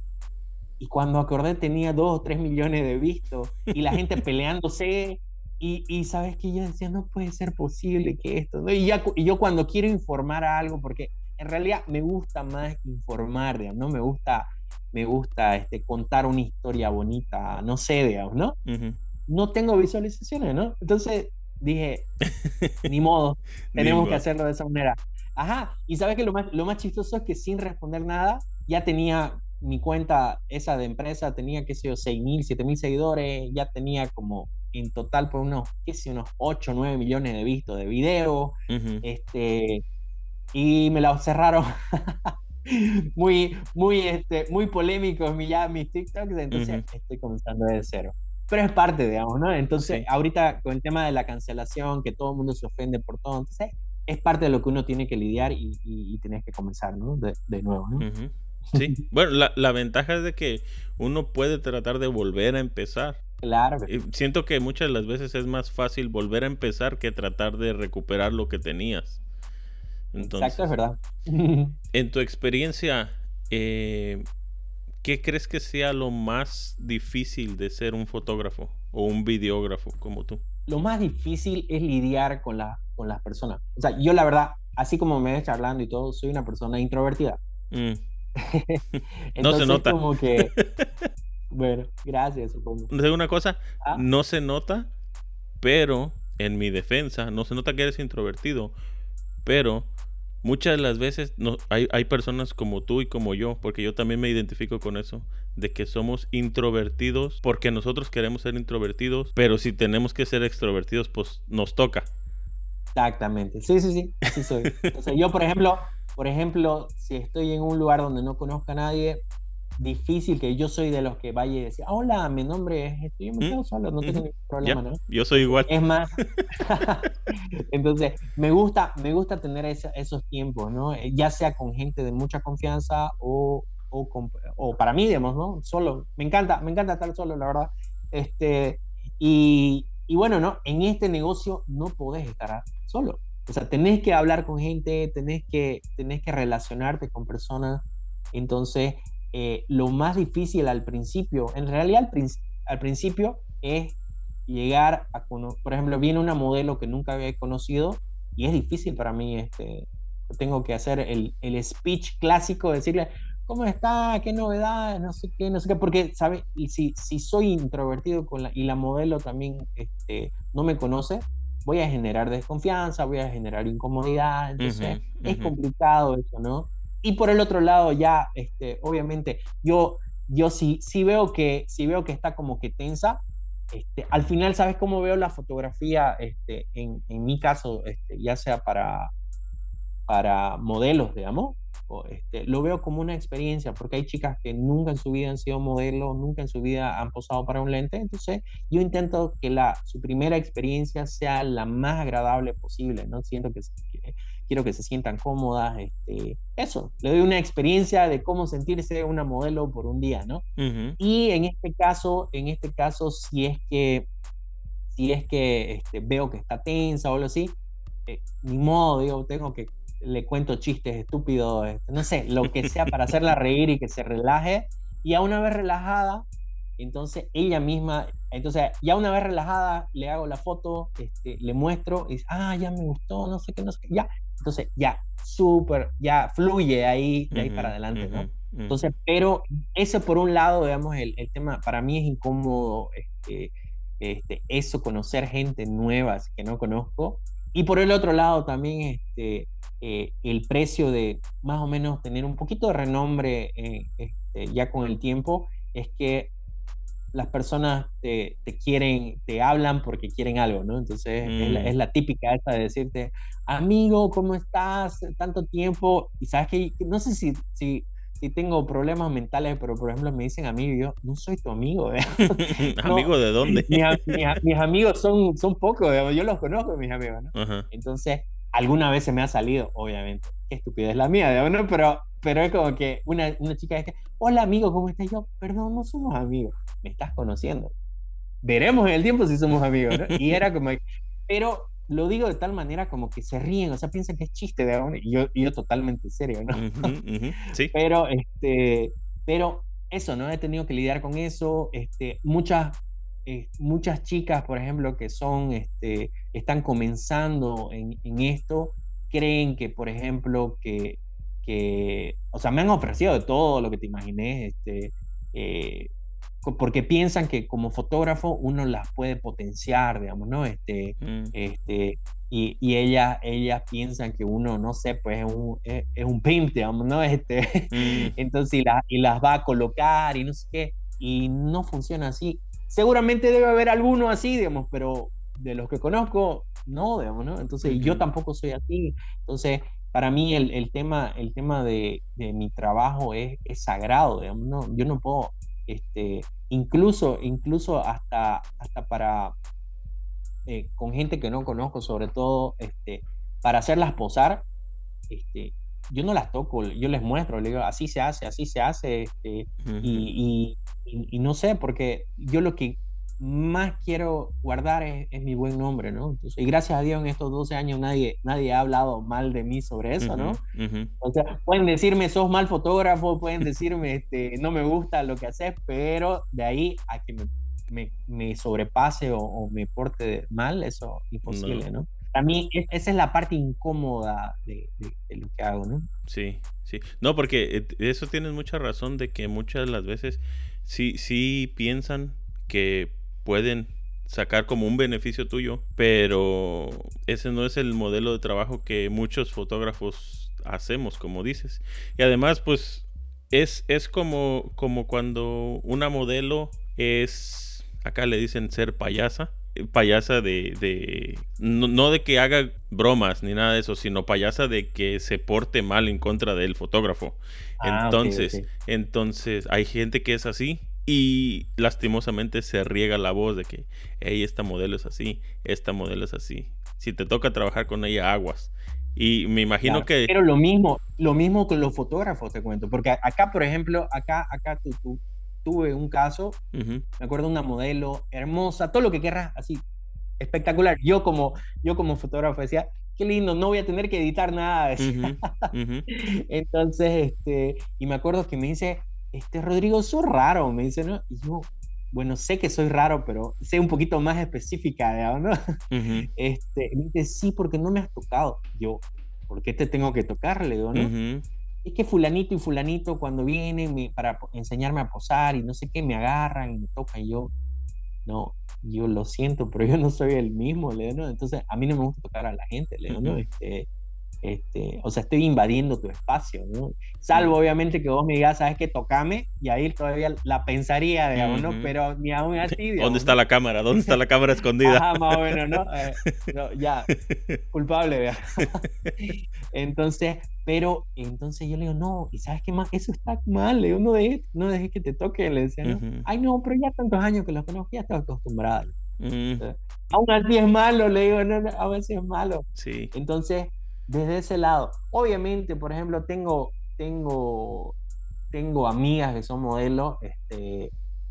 y cuando acordé tenía dos o tres millones de vistos y la gente peleándose y, y sabes que yo decía, no puede ser posible que esto, ¿no? Y, ya, y yo cuando quiero informar a algo, porque en realidad me gusta más informar, digamos, ¿no? Me gusta, me gusta este, contar una historia bonita, no sé, digamos, ¿no? Ujú. No tengo visualizaciones, ¿no? Entonces dije, ni modo, Ni tenemos que modo. hacerlo de esa manera. Ajá, y sabes que lo más, lo más chistoso es que sin responder nada, ya tenía mi cuenta esa de empresa, tenía, qué sé yo, seis mil, siete mil seguidores, ya tenía como en total por unos, qué sé, unos ocho, nueve millones de vistos de video, Ujú. este, y me la cerraron. muy, muy, este, muy polémicos mi, ya mis TikToks, entonces Ujú. estoy comenzando de cero. Pero es parte, digamos, ¿no? Entonces, Sí. ahorita con el tema de la cancelación, que todo el mundo se ofende por todo, entonces es parte de lo que uno tiene que lidiar y, y, y tenés que comenzar, ¿no? De, de nuevo, ¿no? Ujú. Sí. Bueno, la, la ventaja es de que uno puede tratar de volver a empezar. Claro que Eh, sí. siento que muchas de las veces es más fácil volver a empezar que tratar de recuperar lo que tenías. Exacto, es Entonces, verdad. en tu experiencia, eh, ¿qué crees que sea lo más difícil de ser un fotógrafo o un videógrafo como tú? Lo más difícil es lidiar con, la, con las personas. O sea, yo la verdad, así como me ves charlando y todo, soy una persona introvertida. Mm. No se Entonces, nota. como que, bueno, gracias, supongo. ¿Sabes una cosa? Ah, No se nota, pero en mi defensa, no se nota que eres introvertido, pero muchas de las veces no, hay, hay personas como tú y como yo, porque yo también me identifico con eso, de que somos introvertidos porque nosotros queremos ser introvertidos, pero si tenemos que ser extrovertidos, pues nos toca. exactamente. Sí, sí, sí, así soy. O sea, yo, por ejemplo, por ejemplo, si estoy en un lugar donde no conozco a nadie, difícil que yo soy de los que vaya y decía, hola, mi nombre es esto, yo me ¿Mm? quedo solo, no tengo Ujú. ningún Ya, problema, ¿no? yo soy igual. Es más, entonces, me gusta, me gusta tener esa- esos tiempos, ¿no? Eh, Ya sea con gente de mucha confianza o, o, con- o para mí, digamos, ¿no? Solo. Me encanta, me encanta estar solo, la verdad. Este, y, y bueno, ¿no? En este negocio no podés estar solo. O sea, tenés que hablar con gente, tenés que, tenés que relacionarte con personas. Entonces, eh, lo más difícil al principio, en realidad al, prin- al principio es llegar a conocer, por ejemplo, viene una modelo que nunca había conocido y es difícil para mí, este, tengo que hacer el, el speech clásico, decirle, ¿cómo está? ¿Qué novedades? No sé qué, no sé qué, porque, ¿sabes? Y si, si soy introvertido con la, y la modelo también este, no me conoce, voy a generar desconfianza, voy a generar incomodidad, entonces Ujú, es ujú. complicado eso, ¿no? Y por el otro lado, ya, este, obviamente, yo, yo sí, sí veo que, sí veo que está como que tensa, este, al final, ¿sabes cómo veo la fotografía? Este, en, en mi caso, este, ya sea para, para modelos, digamos, o, este, lo veo como una experiencia, porque hay chicas que nunca en su vida han sido modelos, nunca en su vida han posado para un lente, entonces yo intento que la, su primera experiencia sea la más agradable posible, ¿no? Siento que, que quiero que se sientan cómodas, este, eso, le doy una experiencia de cómo sentirse una modelo por un día, ¿no? Ujú. Y en este caso, en este caso, si es que, si es que este, veo que está tensa o algo así, eh, ni modo, digo, tengo que, le cuento chistes estúpidos, este, no sé, lo que sea para hacerla reír y que se relaje. Y a una vez relajada, entonces ella misma, entonces ya una vez relajada, le hago la foto, este, le muestro, y dice, ah, ya me gustó, no sé qué, no sé qué, ya. Entonces ya, súper, ya fluye ahí, de ahí para Ujú, adelante, ujú, ¿no? ujú. Entonces, pero ese por un lado, digamos, el, el tema para mí es incómodo, este, este, eso, conocer gente nueva que no conozco. Y por el otro lado también este, eh, el precio de más o menos tener un poquito de renombre eh, este, ya con el tiempo, es que las personas te, te, quieren, te hablan porque quieren algo, ¿no? Entonces es la, es Mm. la típica esa de decirte, amigo, ¿cómo estás? Tanto tiempo. Y sabes que no sé si, si, si tengo problemas mentales, pero por ejemplo me dicen amigo y yo, no soy tu amigo, ¿eh? No, ¿Amigo de dónde? mis, mis, mis amigos son, son pocos, digamos, yo los conozco, mis amigos, ¿no? Ajá. Entonces, alguna vez se me ha salido, obviamente, qué estupidez la mía, digamos, ¿no? Pero, pero es como que una, una chica dice, hola amigo, ¿cómo estás? Yo, perdón, no somos amigos, me estás conociendo. Veremos en el tiempo si somos amigos, ¿no? Y era como, pero lo digo de tal manera como que se ríen, o sea, piensan que es chiste, digamos, y yo, y yo totalmente serio, ¿no? Ujú, ujú. Sí. Pero, este, pero eso, ¿no? He tenido que lidiar con eso. Este, muchas, eh, muchas chicas, por ejemplo, que son, este, están comenzando en, en esto, creen que, por ejemplo, que, que, o sea, me han ofrecido de todo lo que te imaginé, este, eh, porque piensan que como fotógrafo uno las puede potenciar, digamos, ¿no? Este, Mm. este, y, y ellas, ellas piensan que uno, no sé, pues es un, es, es un pimp, digamos, ¿no? Este, Mm. entonces, y, la, y las va a colocar y no sé qué, y no funciona así. Seguramente debe haber alguno así, digamos, pero de los que conozco, no, digamos, ¿no? Entonces, y yo Ujú. tampoco soy así. Entonces, para mí el, el tema, el tema de, de mi trabajo es, es sagrado, digamos, ¿no? Yo no puedo, este, incluso, incluso hasta, hasta para, eh, con gente que no conozco, sobre todo, este, para hacerlas posar, este, yo no las toco, yo les muestro, les digo, así se hace, así se hace, este, Ujú. y, y, y, y no sé, porque yo lo que más quiero guardar es, es, mi buen nombre, ¿no? Entonces, y gracias a Dios en estos doce años nadie, nadie ha hablado mal de mí sobre eso, Ujú, ¿no? ujú. O sea, pueden decirme, sos mal fotógrafo, pueden decirme, este, no me gusta lo que haces, pero de ahí a que me, me, me sobrepase o, o me porte mal, eso No. imposible, ¿no? para mí es- esa es la parte incómoda de, de- de lo que hago, ¿no? Sí, sí. No, porque, eh, eso tienes mucha razón de que muchas de las veces sí sí piensan que pueden sacar como un beneficio tuyo, pero ese no es el modelo de trabajo que muchos fotógrafos hacemos, como dices. Y además, pues, es es como como cuando una modelo es, acá le dicen ser payasa, eh, payasa de de no no de que haga bromas ni nada de eso, sino payasa de que se porte mal en contra del fotógrafo. Ah, ok, Entonces ok. entonces, hay gente que es así y lastimosamente se riega la voz de que: "Hey, esta modelo es así, esta modelo es así. Si te toca trabajar con ella, aguas". Y me imagino Claro, que pero lo mismo, lo mismo con los fotógrafos, te cuento, porque a- acá, por ejemplo, acá, acá tu- tu- tuve un caso, ujú, me acuerdo de una modelo hermosa, todo lo que querrás, así, espectacular. Yo como, yo como fotógrafo decía, qué lindo, no voy a tener que editar nada, decía. ujú, ujú, Entonces, este, y me acuerdo que me dice, este, Rodrigo, sos raro, me dice, ¿no? Y yo, bueno, sé que soy raro, pero sé un poquito más específica, digamos, ¿no? ujú, Este, y me dice, sí, porque no me has tocado. Yo, ¿por qué te tengo que tocar? Le digo, ¿no? ujú, Es que fulanito y fulanito cuando vienen me- para po- enseñarme a posar y no sé qué, me agarran y me tocan y yo, no, yo lo siento, pero yo no soy el mismo, le digo, ¿no? Entonces, a mí no me gusta tocar a la gente, le digo, ¿no? ujú, Este, este, o sea, estoy invadiendo tu espacio, ¿no? mm, Salvo obviamente que vos me digas, ¿sabes qué? Tocame, y ahí todavía la pensaría, digamos, ¿no? ujú. Pero ni aún así, ¿Dónde digamos, está ¿no? la cámara? ¿Dónde está la cámara escondida? Ajá, más o menos, ¿no? Eh, no, ya, culpable, vea. Entonces, pero entonces yo le digo, no, ¿y sabes qué más? Eso está mal, le digo, no dejes, no dejes que te toque, le decía, ¿no? Ujú, Ay, no, pero ya tantos años que los conozco, ya estoy acostumbrada. mm, Eh, Aún así es malo, le digo, no, no, aún así es malo. sí, Entonces, desde ese lado, obviamente, por ejemplo, tengo, tengo, tengo amigas que son modelos, este,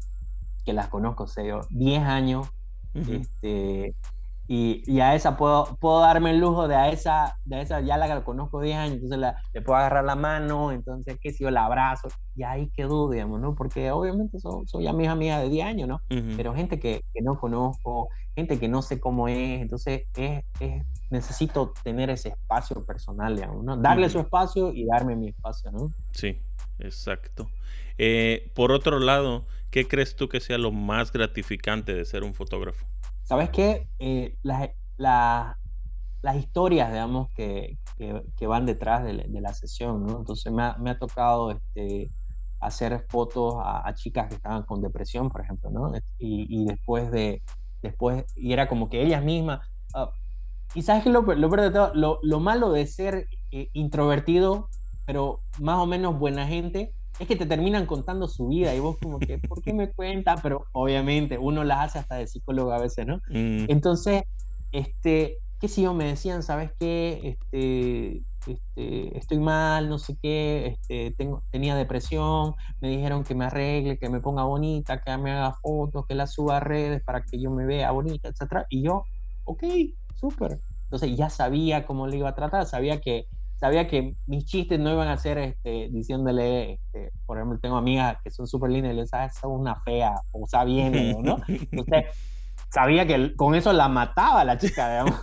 que las conozco, sé yo, diez años, ujú, este, y, y a esa puedo, puedo darme el lujo de a esa, de a esa ya la conozco diez años, entonces la, le puedo agarrar la mano, entonces, qué sé yo, la abrazo, y ahí quedó, digamos, ¿no? Porque obviamente son, son ya mis amigas de diez años, ¿no? ujú, Pero gente que, que no conozco, gente que no sé cómo es, entonces es, es, necesito tener ese espacio personal, digamos, ¿no? Darle ujú. su espacio y darme mi espacio, ¿no? Sí, exacto. Eh, por otro lado, ¿qué crees tú que sea lo más gratificante de ser un fotógrafo? ¿Sabes qué? Eh, las, las, las historias, digamos, que, que, que van detrás de, la de la sesión, ¿no? Entonces me ha, me ha tocado este, hacer fotos a, a, chicas que estaban con depresión, por ejemplo, ¿no? Y, y después de, después, y era como que ellas mismas, uh, y sabes que lo, lo peor de todo, lo, lo malo de ser eh, introvertido, pero más o menos buena gente, es que te terminan contando su vida y vos como que, ¿por qué me cuentas? Pero obviamente uno las hace hasta de psicólogo a veces, ¿no? Mm, Entonces, este, qué sé yo, me decían, ¿sabes qué? Este, este, estoy mal, no sé qué, este, tengo, tenía depresión, me dijeron que me arregle, que me ponga bonita, que me haga fotos, que las suba a redes para que yo me vea bonita, etcétera. Y yo, ok, súper. Entonces ya sabía cómo le iba a tratar, sabía que, sabía que mis chistes no iban a ser este, diciéndole, este, por ejemplo, tengo amigas que son súper lindas y le digo, ¿sabes? Sos una fea, o sea, viene, ¿no? Entonces, sabía que con eso la mataba la chica, digamos.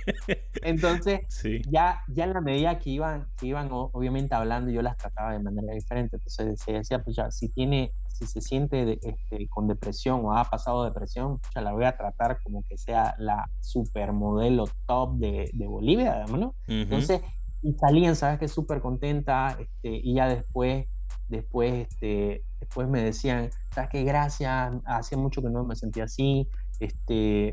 Entonces, sí, ya, ya en la medida que iban, que iban obviamente hablando, yo las trataba de manera diferente. Entonces, se decía, pues ya, si tiene, si se siente de, este, con depresión o ha pasado depresión, ya la voy a tratar como que sea la supermodelo top de, de Bolivia, además, ¿no? ujú, Entonces, y salían, sabes que súper contenta, este, y ya después, después, este, después me decían, sabes que gracias, hacía mucho que no me sentía así, este,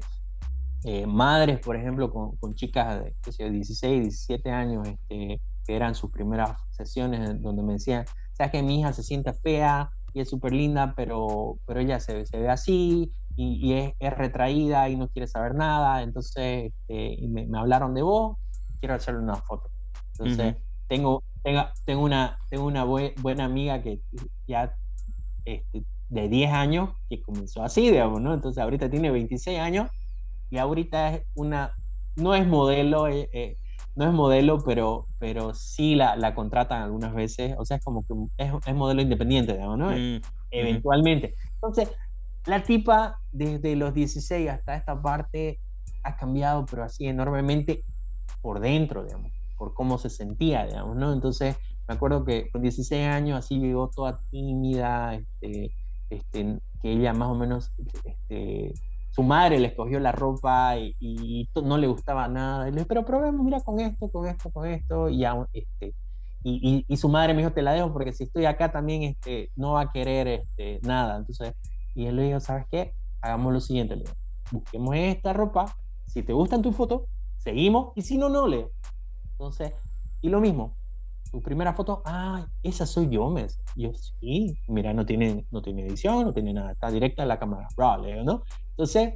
eh, madres, por ejemplo, con, con chicas de qué sé yo, dieciséis, diecisiete años, este, que eran sus primeras sesiones, donde me decían, sabes que mi hija se siente fea y es súper linda, pero, pero ella se, se ve así y, y es, es, retraída y no quiere saber nada, entonces este, y me, me, hablaron de vos, quiero hacerle una foto. ujú, Entonces, tengo, tengo, tengo una, tengo una bue, buena amiga que ya este, de diez años que comenzó así, digamos, ¿no? Entonces ahorita tiene veintiséis años y ahorita es una, no es modelo, eh, eh, no es modelo, pero, pero sí la, la contratan algunas veces, o sea, es como que es, es modelo independiente, digamos, ¿no? mm, ujú, Eventualmente. Entonces, la tipa, desde los dieciséis hasta esta parte, ha cambiado, pero así enormemente por dentro, digamos, por cómo se sentía, digamos, ¿no? Entonces, me acuerdo que con dieciséis años así llegó toda tímida, este, este, que ella más o menos, este, su madre le escogió la ropa y, y no le gustaba nada. Y le dije, pero probemos, mira, con esto, con esto, con esto. Y, ya, este, y, y, y, su madre me dijo, te la dejo porque si estoy acá también este, no va a querer este, nada. Entonces, y él le dijo, ¿sabes qué? Hagamos lo siguiente, le digo, busquemos esta ropa, si te gustan tus fotos, seguimos, y si no, no, le. Entonces, y lo mismo, tu primera foto, ah, esa soy yo, me dice. Yo, sí, mira, no tiene, no tiene edición, no tiene nada, está directa en la cámara, bro, le digo, ¿no? Entonces,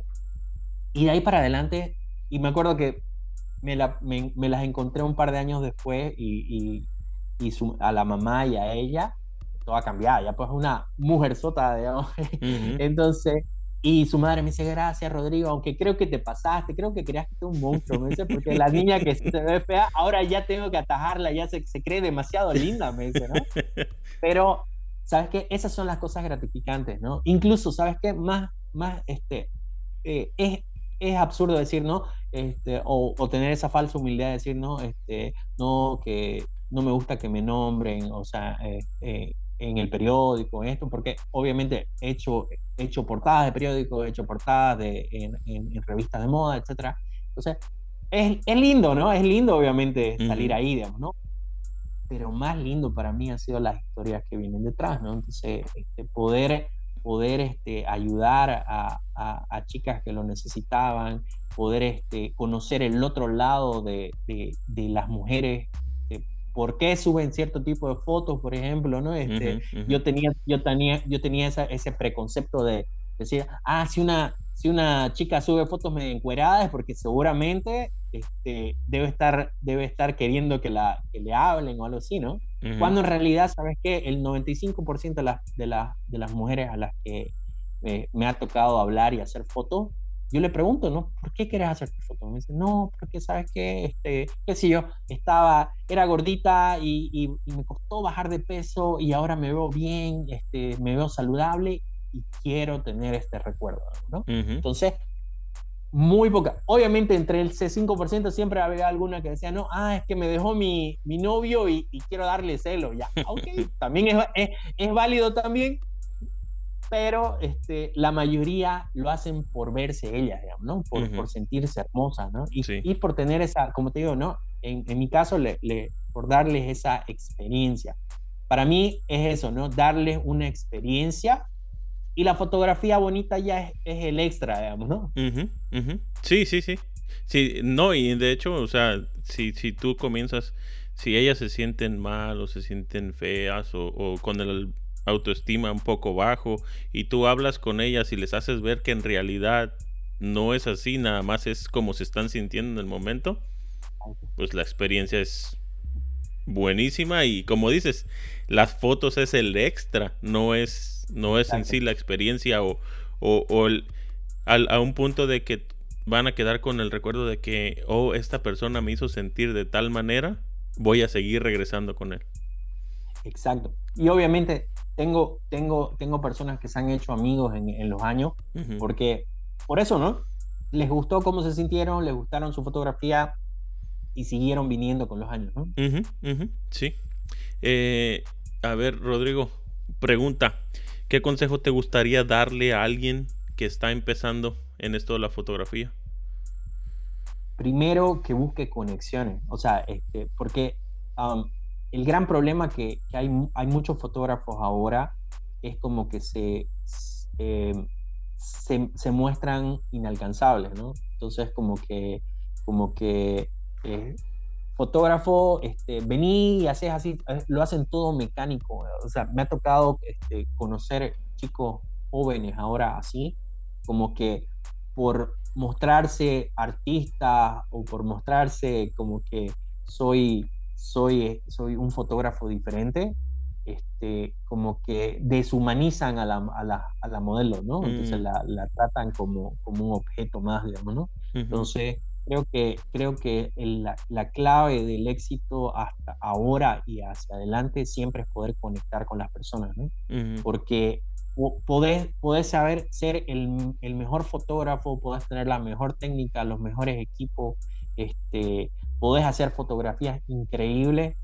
y de ahí para adelante, y me acuerdo que me, la, me, me las encontré un par de años después y, y, y su, a la mamá y a ella, toda cambiada, ya pues una mujer sota, digamos. Ujú. Entonces, y su madre me dice, gracias, Rodrigo, aunque creo que te pasaste, creo que creas que es un monstruo, me dice, porque la niña que se ve fea, ahora ya tengo que atajarla, ya se, se cree demasiado linda, me dice, ¿no? Pero, ¿sabes qué? Esas son las cosas gratificantes, ¿no? Incluso, ¿sabes qué? Más, más, este, eh, es, es absurdo decir, ¿no? Este, o, o tener esa falsa humildad de decir, no, este, no, que no me gusta que me nombren, o sea, eh, eh, en el periódico, esto, porque obviamente he hecho, he hecho portadas de periódico, he hecho portadas de, en, en, en revistas de moda, etcétera. Entonces, es, es lindo, ¿no? Es lindo, obviamente, salir Ujú. ahí, digamos, ¿no? Pero más lindo para mí han sido las historias que vienen detrás, ¿no? Entonces, este, poder, poder este, ayudar a, a, a chicas que lo necesitaban, poder este, conocer el otro lado de, de, de las mujeres, eh, por qué suben cierto tipo de fotos, por ejemplo, ¿no? Este, Ujú, ujú. yo tenía, yo tenía, yo tenía esa, ese preconcepto de decir, ah, si una, si una chica sube fotos medio encueradas es porque seguramente este, debe, estar, debe estar queriendo que, la, que le hablen o algo así, ¿no? Ujú. Cuando en realidad, ¿sabes qué? El noventa y cinco por ciento de, las de, la, de las mujeres a las que eh, me ha tocado hablar y hacer fotos, yo le pregunto, ¿no? ¿Por qué quieres hacer tu foto? Me dice, no, porque sabes qué, este, qué sé yo, estaba, era gordita y, y, y me costó bajar de peso y ahora me veo bien, este, me veo saludable y quiero tener este recuerdo, ¿no? Ujú. Entonces, muy poca. Obviamente entre el cinco por ciento siempre había alguna que decía, no, ah, es que me dejó mi, mi novio y, y quiero darle celo. Ya, ok, también es, es, es válido también, pero este, la mayoría lo hacen por verse ellas, digamos, ¿no? Por, Ujú. por sentirse hermosas, ¿no? Y, Sí. y por tener esa, como te digo, ¿no? En, en mi caso, le, le, por darles esa experiencia. Para mí es eso, ¿no? Darles una experiencia y la fotografía bonita ya es, es el extra, digamos, ¿no? Ujú, ujú. Sí, sí, sí. Sí, no, y de hecho, o sea, si, si tú comienzas, si ellas se sienten mal o se sienten feas o, o con el autoestima un poco bajo y tú hablas con ellas y les haces ver que en realidad no es así, nada más es como se están sintiendo en el momento, pues la experiencia es buenísima y como dices, las fotos es el extra, no es, no es en Exacto. sí la experiencia o, o, o el, al, a un punto de que van a quedar con el recuerdo de que, oh, esta persona me hizo sentir de tal manera, voy a seguir regresando con él. Exacto. Y obviamente tengo, tengo, tengo personas que se han hecho amigos en, en los años, Ujú, porque por eso, ¿no? Les gustó cómo se sintieron, les gustaron su fotografía y siguieron viniendo con los años, ¿no? ujú, ujú, sí. Eh, a ver, Rodrigo, pregunta, ¿qué consejo te gustaría darle a alguien que está empezando en esto de la fotografía? Primero que busque conexiones, o sea, este, porque um, el gran problema que, que hay, hay muchos fotógrafos ahora es como que se, eh, se, se muestran inalcanzables, ¿no? Entonces como que, como que eh, fotógrafo, este, vení y haces así, eh, lo hacen todo mecánico, o sea, me ha tocado este, conocer chicos jóvenes ahora así, como que por mostrarse artista o por mostrarse como que soy, soy, soy un fotógrafo diferente, este, como que deshumanizan a la, a la, a la modelo, ¿no? Entonces Mm, la, la tratan como, como un objeto más, digamos, ¿no? ujú, Entonces, creo que, creo que el- la, la clave del éxito hasta ahora y hacia adelante siempre es poder conectar con las personas, ¿no? ujú, Porque po- podés, podés saber ser el, el mejor fotógrafo, podés tener la mejor técnica, los mejores equipos, este, podés hacer fotografías increíbles,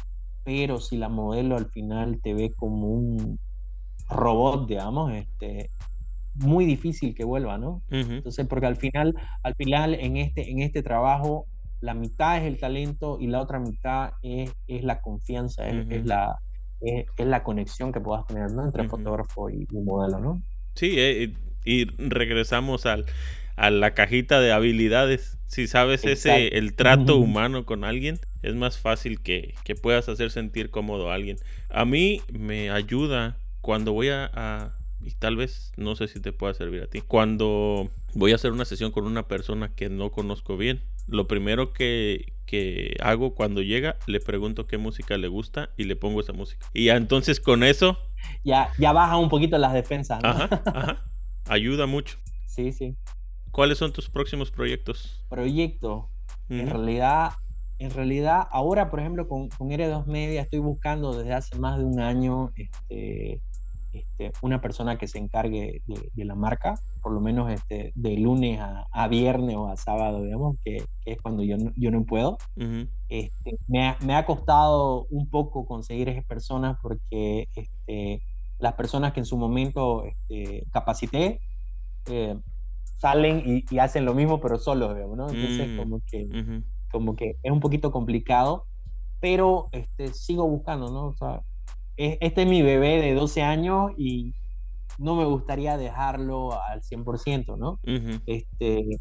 pero si la modelo al final te ve como un robot, digamos, este, muy difícil que vuelva, ¿no? Ujú, Entonces, porque al final, al final en este, en este trabajo, la mitad es el talento y la otra mitad es, es la confianza, es, es ujú, la, es, es la conexión que puedas tener, ¿no? Entre ujú. fotógrafo y, y modelo, ¿no? Sí, eh, y regresamos al, a la cajita de habilidades. Si sabes ese, Exacto. el trato humano con alguien, es más fácil que, que puedas hacer sentir cómodo a alguien. A mí me ayuda cuando voy a, a- y tal vez no sé si te pueda servir a ti, cuando voy a hacer una sesión con una persona que no conozco bien. Lo primero que, que hago cuando llega, le pregunto qué música le gusta y le pongo esa música. Y ya entonces con eso, Ya, ya baja un poquito las defensas, ¿no? ajá, ajá, ayuda mucho. Sí, sí. ¿Cuáles son tus próximos proyectos? Proyecto. En Ujú, realidad, en realidad, ahora, por ejemplo, con, con R dos Media estoy buscando desde hace más de un año este, este, una persona que se encargue de, de la marca, por lo menos este, de lunes a, a viernes o a sábado, digamos, que, que es cuando yo no, yo no puedo. ujú, Este, me, ha, me ha costado un poco conseguir esas personas porque este, las personas que en su momento este, capacité, eh, salen y, y, hacen lo mismo, pero solos, digamos, ¿no? Entonces, mm, como que, ujú, como que es un poquito complicado, pero este, sigo buscando, ¿no? O sea, es, este es mi bebé de doce años y no me gustaría dejarlo al cien por ciento, ¿no? ujú, Este,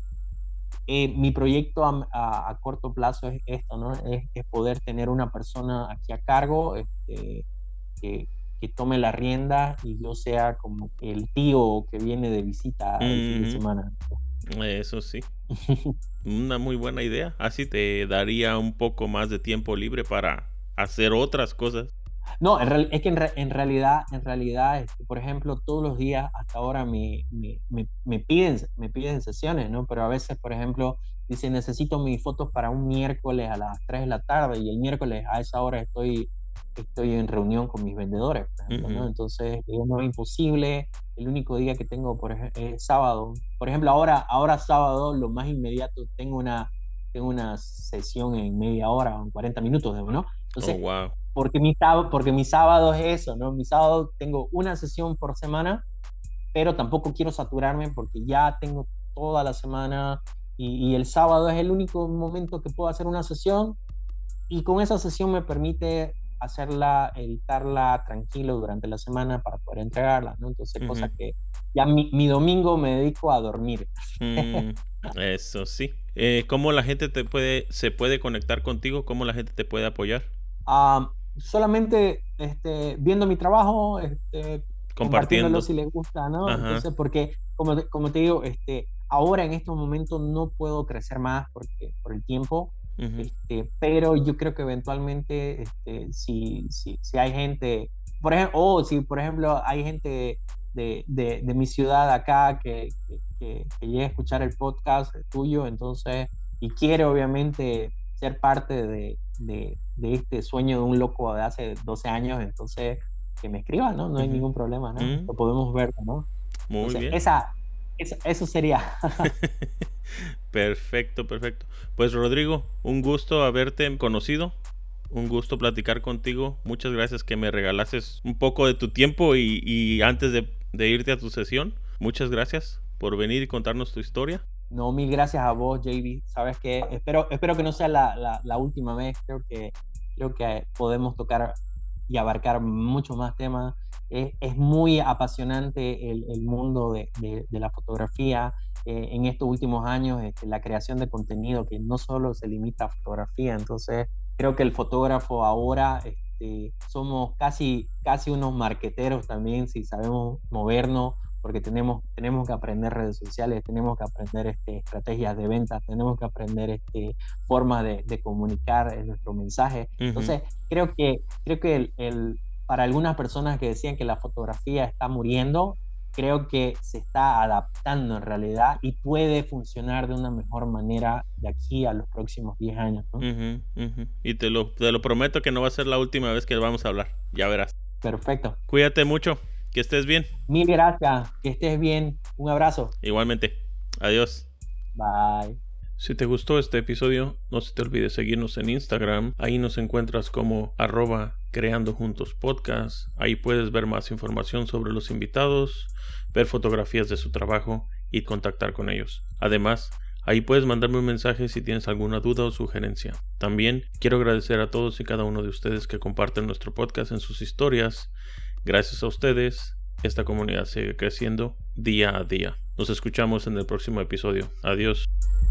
eh, mi proyecto a, a, a, corto plazo es esto, ¿no? Es, es, poder tener una persona aquí a cargo, este, que, que tome la rienda y yo sea como el tío que viene de visita el fin de ujú. semana. Eso sí, una muy buena idea. Así te daría un poco más de tiempo libre para hacer otras cosas. No, en real, es que en, re, en, realidad, en realidad, este, por ejemplo, todos los días hasta ahora me, me, me, me, piden, me piden sesiones, ¿no? Pero a veces, por ejemplo, dicen, necesito mis fotos para un miércoles a las tres de la tarde y el miércoles a esa hora estoy, estoy en reunión con mis vendedores, por ejemplo, ¿no? Ujú, Entonces, digo, no es imposible. El único día que tengo, por ejemplo, es sábado. Por ejemplo, ahora, ahora sábado, lo más inmediato, tengo una, tengo una sesión en media hora, en cuarenta minutos, ¿no? oh, Entonces, wow. porque mi, sábado, porque mi sábado es eso, ¿no? Mi sábado tengo una sesión por semana, pero tampoco quiero saturarme porque ya tengo toda la semana y, y el sábado es el único momento que puedo hacer una sesión y con esa sesión me permite hacerla, editarla tranquilo durante la semana para poder entregarla, ¿no? Entonces, cosa Ujú, que ya mi, mi domingo me dedico a dormir. mm, eso sí. Eh, ¿cómo la gente te puede, se puede conectar contigo? ¿Cómo la gente te puede apoyar? Uh, solamente este, viendo mi trabajo, este, compartiéndolo Compartiendo. si les gusta, ¿no? Ajá. Entonces, porque, como te, como te digo, este, ahora en estos momentos no puedo crecer más porque, por el tiempo, Ujú, este, pero yo creo que eventualmente, este, si, si, si hay gente, por ejemplo, o si por ejemplo hay gente de, de, de mi ciudad acá que, que, que, que llegue a escuchar el podcast tuyo, entonces, y quiere obviamente ser parte de, de, de, este sueño de un loco de hace doce años, entonces que me escriban, ¿no? No hay ujú, ningún problema, ¿no? mm, Lo podemos ver, ¿no? muy Entonces, bien. esa, esa eso sería. Perfecto, perfecto. Pues Rodrigo, un gusto haberte conocido, un gusto platicar contigo. Muchas gracias que me regalases un poco de tu tiempo y, y antes de, de irte a tu sesión. Muchas gracias por venir y contarnos tu historia. No, mil gracias a vos, J B. Sabes que espero, espero que no sea la, la, la última vez. Creo que, creo que podemos tocar y abarcar muchos más temas. Es, es muy apasionante el, el mundo de, de, de, la fotografía. Eh, en estos últimos años, este, la creación de contenido que no solo se limita a fotografía. Entonces, creo que el fotógrafo ahora este, somos casi, casi unos marqueteros también, si sabemos movernos porque tenemos, tenemos que aprender redes sociales, tenemos que aprender este, estrategias de ventas, tenemos que aprender este, formas de, de comunicar nuestro mensaje. Ujú. Entonces, creo que, creo que el, el, para algunas personas que decían que la fotografía está muriendo, creo que se está adaptando en realidad y puede funcionar de una mejor manera de aquí a los próximos diez años, ¿no? Ujú, ujú. Y te lo, te lo prometo que no va a ser la última vez que vamos a hablar. Ya verás. Perfecto. Cuídate mucho. Que estés bien. Mil gracias. Que estés bien. Un abrazo. Igualmente. Adiós. Bye. Si te gustó este episodio, no se te olvide seguirnos en Instagram. Ahí nos encuentras como arroba creando juntos podcast. Ahí puedes ver más información sobre los invitados, ver fotografías de su trabajo y contactar con ellos. Además, ahí puedes mandarme un mensaje si tienes alguna duda o sugerencia. También quiero agradecer a todos y cada uno de ustedes que comparten nuestro podcast en sus historias. Gracias a ustedes, esta comunidad sigue creciendo día a día. Nos escuchamos en el próximo episodio. Adiós.